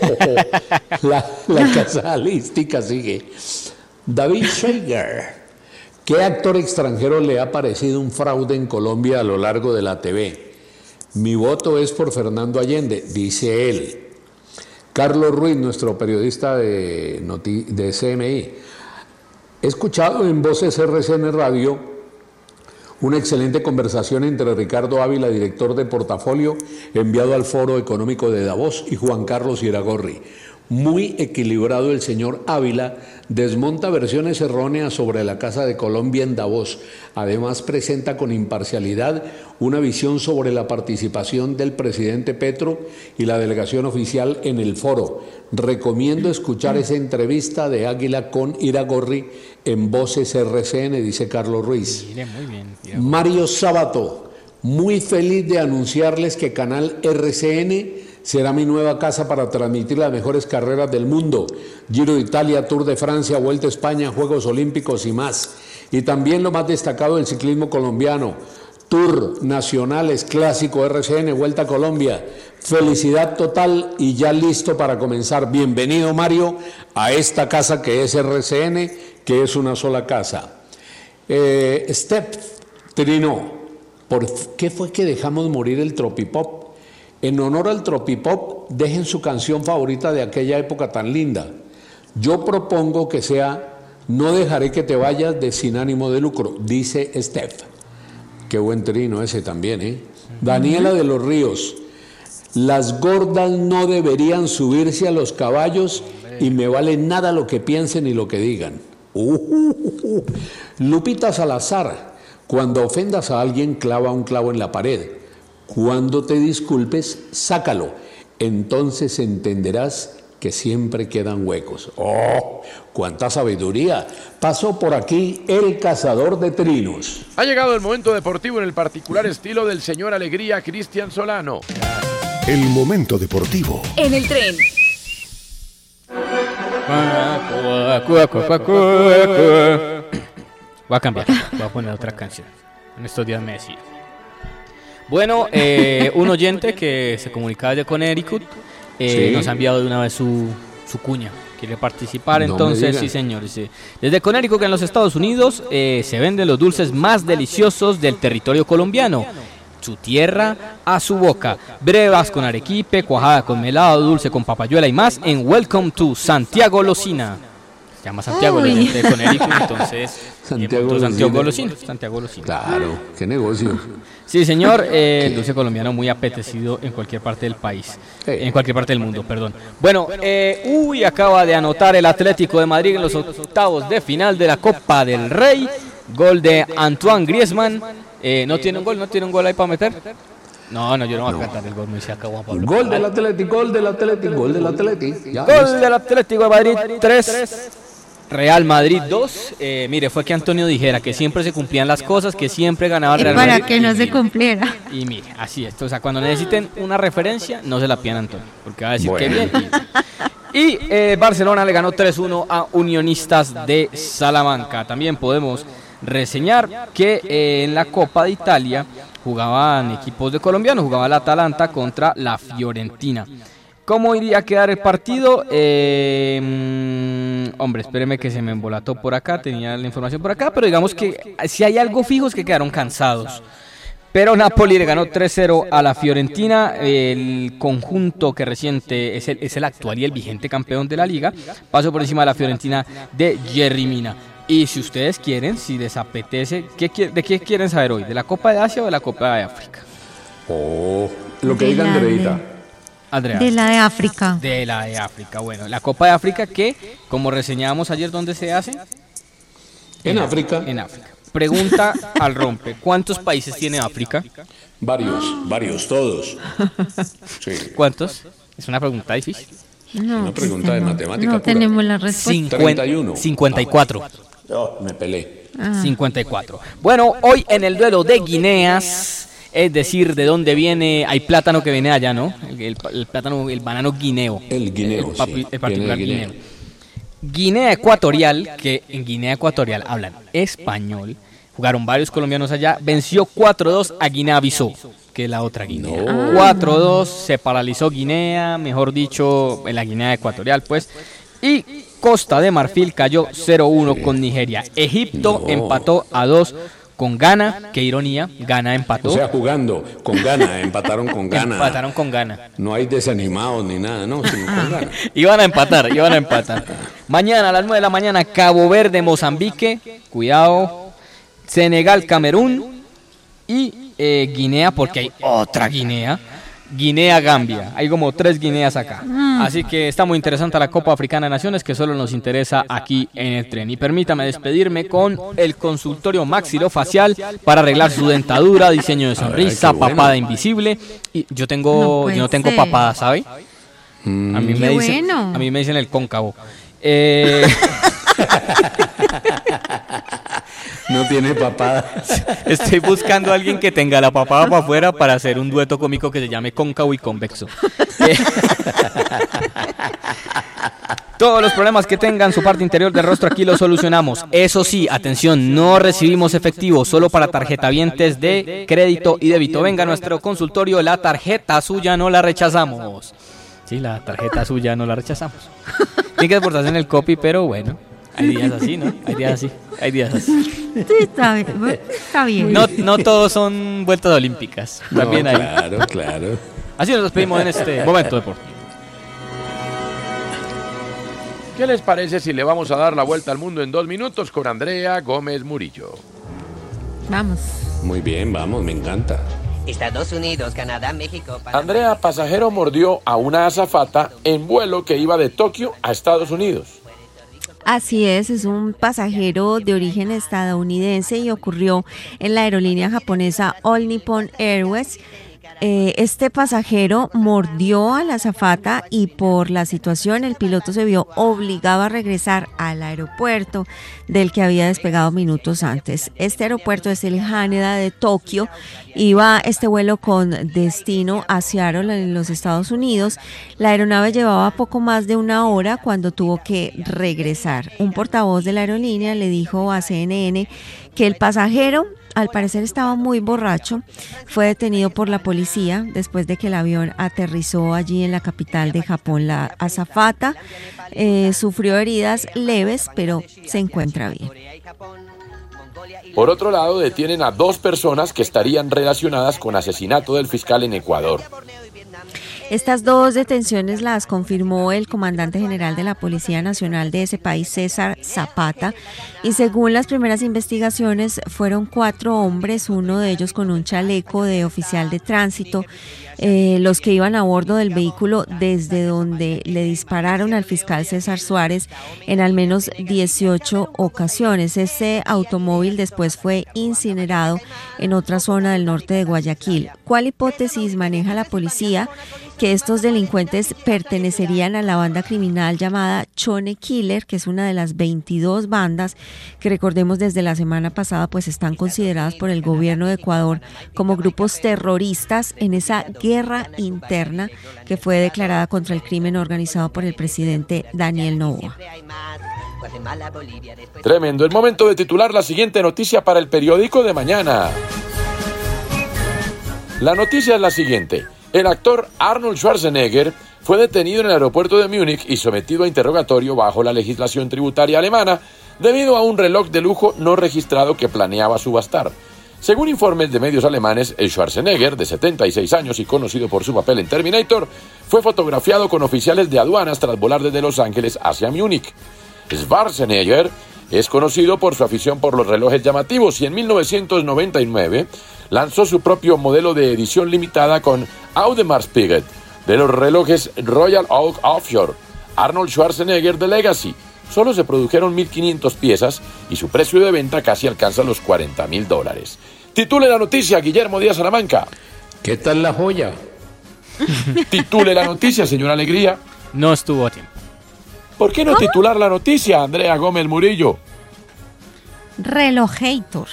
la, la casalística sigue. David Schweiger, ¿qué actor extranjero le ha parecido un fraude en Colombia a lo largo de la T V? Mi voto es por Fernando Allende, dice él. Carlos Ruiz, nuestro periodista de, Noti- de C M I. He escuchado en Voces R C N Radio una excelente conversación entre Ricardo Ávila, director de Portafolio, enviado al Foro Económico de Davos, y Juan Carlos Iragorri. Muy equilibrado el señor Ávila, desmonta versiones erróneas sobre la Casa de Colombia en Davos. Además presenta con imparcialidad una visión sobre la participación del presidente Petro y la delegación oficial en el foro. Recomiendo escuchar esa entrevista de Águila con Iragorri en Voces R C N, dice Carlos Ruiz. Mire, muy bien. Mario Sábato, muy feliz de anunciarles que Canal R C N será mi nueva casa para transmitir las mejores carreras del mundo. Giro de Italia, Tour de Francia, Vuelta a España, Juegos Olímpicos y más. Y también lo más destacado del ciclismo colombiano. Tour, Nacionales, Clásico, R C N, Vuelta a Colombia. Felicidad total y ya listo para comenzar. Bienvenido, Mario, a esta casa que es R C N, que es una sola casa. Eh, Steph Trino, ¿por qué fue que dejamos morir el tropipop? En honor al tropipop, dejen su canción favorita de aquella época tan linda. Yo propongo que sea No dejaré que te vayas de Sin ánimo de lucro, dice Steph. Qué buen trino ese también, ¿eh? Daniela de los Ríos. Las gordas no deberían subirse a los caballos y me vale nada lo que piensen y lo que digan. Uh, uh, uh. Lupita Salazar. Cuando ofendas a alguien, clava un clavo en la pared. Cuando te disculpes, sácalo. Entonces entenderás que siempre quedan huecos. ¡Oh! ¡Cuánta sabiduría! Pasó por aquí el cazador de trinos. Ha llegado el momento deportivo en el particular estilo del señor Alegría, Cristian Solano. El momento deportivo. En el tren. Voy a cambiar, voy a poner otra canción. En estos días me decía. Bueno, eh, un oyente que se comunicaba de Connecticut eh, Sí. nos ha enviado de una vez su, su cuña. Quiere participar, No me entonces, diga. sí señor. Dice, desde Connecticut en los Estados Unidos eh, se venden los dulces más deliciosos del territorio colombiano. Su tierra a su boca. Brevas con arequipe, cuajada con melado, dulce con papayuela y más en Welcome to Santiago Locina. Se llama Santiago, el Uy. oyente de Connecticut, entonces Santiago montó Santiago Locina. Locina. Santiago Locina. Claro, qué negocio. Sí, señor, eh, el dulce colombiano muy apetecido en cualquier parte del país, en cualquier parte del mundo, perdón. Bueno, eh, uy, acaba de anotar el Atlético de Madrid en los octavos de final de la Copa del Rey, gol de Antoine Griezmann. Eh, ¿No tiene un gol? ¿No tiene un gol ahí para meter? No, no, yo no voy a cantar el gol, me dice acá Juan Pablo. Gol del Atlético, gol del Atlético, gol del Atlético. Ya, Gol listo. del Atlético de Madrid, tres. Real Madrid dos. Eh, mire, fue que Antonio dijera que siempre se cumplían las cosas, que siempre ganaba el Y Real para Madrid. que no se cumpliera. Y mire, así es. O sea, cuando necesiten una referencia, no se la pidan a Antonio, porque va a decir Bueno. que bien. Y eh, Barcelona le ganó tres uno a Unionistas de Salamanca. También podemos reseñar que eh, en la Copa de Italia jugaban equipos de colombianos, jugaba la Atalanta contra la Fiorentina. ¿Cómo iría a quedar el partido? Eh, mm, hombre, espéreme que se me embolató por acá, tenía la información por acá, pero digamos que si hay algo fijo es que quedaron cansados. Pero Napoli le ganó tres cero a la Fiorentina, el conjunto que reciente es el, es el actual y el vigente campeón de la liga, pasó por encima de la Fiorentina de Jerry Mina. Y si ustedes quieren, si les apetece, ¿qué, qui- ¿de qué quieren saber hoy? ¿De la Copa de Asia o de la Copa de África? Oh, lo que De diga la Andreita. Andrea. De la de África. De la de África. Bueno, la Copa de África que, como reseñábamos ayer, ¿dónde se hace? En África. En África. Pregunta al rompe, ¿cuántos países tiene África? Varios, varios, todos. Sí. ¿Cuántos? Es una pregunta difícil. No, Una pregunta de no, matemática No pura. tenemos la respuesta. treinta y uno. cincuenta y cuatro. Oh, me peleé. Ah. cincuenta y cuatro. Bueno, hoy en el duelo de Guineas, es decir, de dónde viene, hay plátano que viene de allá, ¿no? El, el- el plátano, el banano guineo. El guineo, el, papi- sí, el particular viene de guineo. Guinea. Guinea Ecuatorial, que en Guinea Ecuatorial hablan español, jugaron varios colombianos allá, venció cuatro dos a Guinea-Bissau, que es la otra Guinea. No. cuatro dos, se paralizó Guinea, mejor dicho, en la Guinea Ecuatorial, pues. Y Costa de Marfil cayó cero uno con Nigeria. Egipto No. empató a dos con Ghana, qué ironía, Ghana empató. O sea, jugando con Ghana, empataron con Ghana. Empataron con Ghana. No hay desanimados ni nada, no, sí, con Ghana. Iban a empatar, iban a empatar. Mañana a las nueve de la mañana, Cabo Verde, Mozambique, cuidado, Senegal, Camerún y eh, Guinea, porque hay otra Guinea, Guinea-Gambia. Hay como tres Guineas acá. Mm. Así que está muy interesante la Copa Africana de Naciones, que solo nos interesa aquí en el tren. Y permítame despedirme con el consultorio maxilofacial para arreglar su dentadura, diseño de sonrisa, Ay, qué bueno. papada invisible. Y yo tengo, No puede yo no tengo ser. papada, ¿sabe? A mí Qué me dicen, bueno. a mí me dicen el cóncavo. Eh, No tiene papada. Estoy buscando a alguien que tenga la papada para afuera para hacer un dueto cómico que se llame cóncavo y convexo. Eh, Todos los problemas que tengan su parte interior del rostro aquí los solucionamos. Eso sí, atención, no recibimos efectivo, solo para tarjetavientes de crédito y débito. Venga a nuestro consultorio, la tarjeta suya no la rechazamos. Sí, la tarjeta suya no la rechazamos. Tiene que esforzarse en el copy, pero bueno, hay días así, ¿no? Hay días así, hay días así. Sí, está bien. Está bien. No, no todos son vueltas olímpicas. También No, hay. claro, claro. Así nos despedimos en este momento deportivo. ¿Qué les parece si le vamos a dar la vuelta al mundo en dos minutos con Andrea Gómez Murillo? Vamos. Muy bien, vamos, me encanta. Estados Unidos, Canadá, México. Panamá. Andrea, pasajero mordió a una azafata en vuelo que iba de Tokio a Estados Unidos. Así es, es un pasajero de origen estadounidense y ocurrió en la aerolínea japonesa All Nippon Airways. Eh, este pasajero mordió a la azafata y por la situación el piloto se vio obligado a regresar al aeropuerto del que había despegado minutos antes. Este aeropuerto es el Haneda de Tokio. Iba este vuelo con destino a Seattle en los Estados Unidos. La aeronave llevaba poco más de una hora cuando tuvo que regresar. Un portavoz de la aerolínea le dijo a C N N que el pasajero, al parecer, estaba muy borracho. Fue detenido por la policía después de que el avión aterrizó allí en la capital de Japón. La azafata eh, sufrió heridas leves, pero se encuentra bien. Por otro lado, detienen a dos personas que estarían relacionadas con asesinato del fiscal en Ecuador. Estas dos detenciones las confirmó el comandante general de la Policía Nacional de ese país, César Zapata, y según las primeras investigaciones fueron cuatro hombres, uno de ellos con un chaleco de oficial de tránsito, eh, los que iban a bordo del vehículo desde donde le dispararon al fiscal César Suárez en al menos dieciocho ocasiones. Ese automóvil después fue incinerado en otra zona del norte de Guayaquil. ¿Cuál hipótesis maneja la policía? Que estos delincuentes pertenecerían a la banda criminal llamada Chone Killer, que es una de las veintidós bandas que, recordemos, desde la semana pasada pues están consideradas por el gobierno de Ecuador como grupos terroristas en esa guerra interna que fue declarada contra el crimen organizado por el presidente Daniel Noboa. Tremendo. El momento de titular la siguiente noticia para el periódico de mañana. La noticia es la siguiente. El actor Arnold Schwarzenegger fue detenido en el aeropuerto de Múnich y sometido a interrogatorio bajo la legislación tributaria alemana debido a un reloj de lujo no registrado que planeaba subastar. Según informes de medios alemanes, el Schwarzenegger, de setenta y seis años y conocido por su papel en Terminator, fue fotografiado con oficiales de aduanas tras volar desde Los Ángeles hacia Múnich. Schwarzenegger es conocido por su afición por los relojes llamativos y en mil novecientos noventa y nueve lanzó su propio modelo de edición limitada con Audemars Piguet de los relojes Royal Oak Offshore. Arnold Schwarzenegger The Legacy. Solo se produjeron mil quinientas piezas y su precio de venta casi alcanza los cuarenta mil dólares. Titule la noticia, Guillermo Díaz Salamanca. ¿Qué tal la joya? Titule la noticia, señor Alegría. No estuvo a tiempo. ¿Por qué no titular la noticia, Andrea Gómez Murillo? Relojator.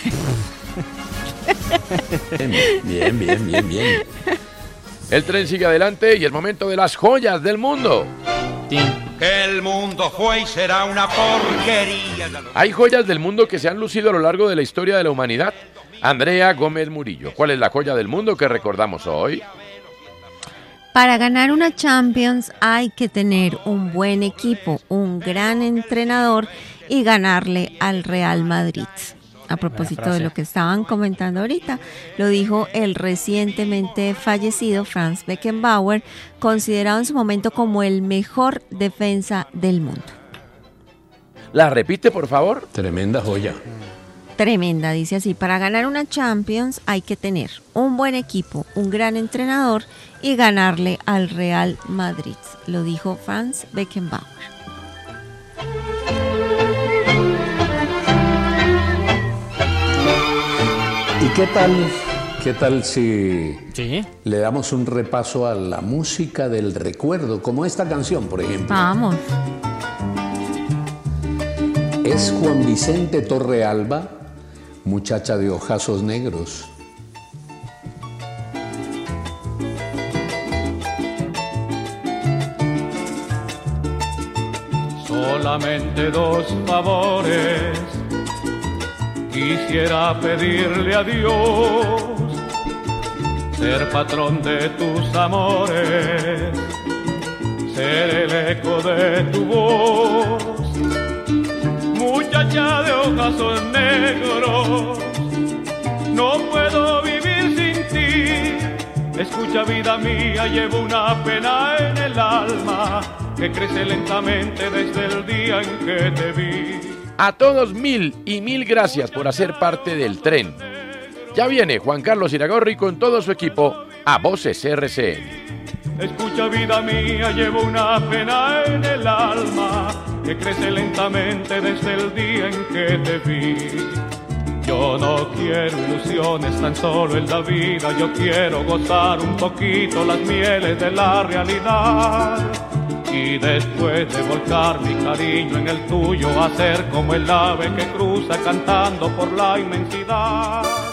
Bien, bien, bien, bien. El tren sigue adelante y el momento de las joyas del mundo. Que el mundo fue y será una porquería. Hay joyas del mundo que se han lucido a lo largo de la historia de la humanidad. Andrea Gómez Murillo, ¿cuál es la joya del mundo que recordamos hoy? Para ganar una Champions hay que tener un buen equipo, un gran entrenador y ganarle al Real Madrid. A propósito de lo que estaban comentando ahorita, lo dijo el recientemente fallecido Franz Beckenbauer, considerado en su momento como el mejor defensa del mundo. ¿La repite, por favor? Tremenda joya. tremenda. Dice así: para ganar una Champions hay que tener un buen equipo, un gran entrenador y ganarle al Real Madrid. Lo dijo Franz Beckenbauer. ¿Y qué tal, qué tal si ¿Sí? le damos un repaso a la música del recuerdo, como esta canción, por ejemplo? Vamos. Es Juan Vicente Torrealba, Muchacha de ojazos negros. Solamente dos favores quisiera pedirle a Dios: ser patrón de tus amores, ser el eco de tu voz. Muchacha de ojazos negros, no puedo vivir sin ti. Escucha, vida mía, llevo una pena en el alma que crece lentamente desde el día en que te vi. A todos mil y mil gracias por hacer parte del tren. Ya viene Juan Carlos Iragorri con todo su equipo a Voces R C N. Escucha, vida mía, llevo una pena en el alma que crece lentamente desde el día en que te vi. Yo no quiero ilusiones tan solo en la vida, yo quiero gozar un poquito las mieles de la realidad. Y después de volcar mi cariño en el tuyo, hacer como el ave que cruza cantando por la inmensidad.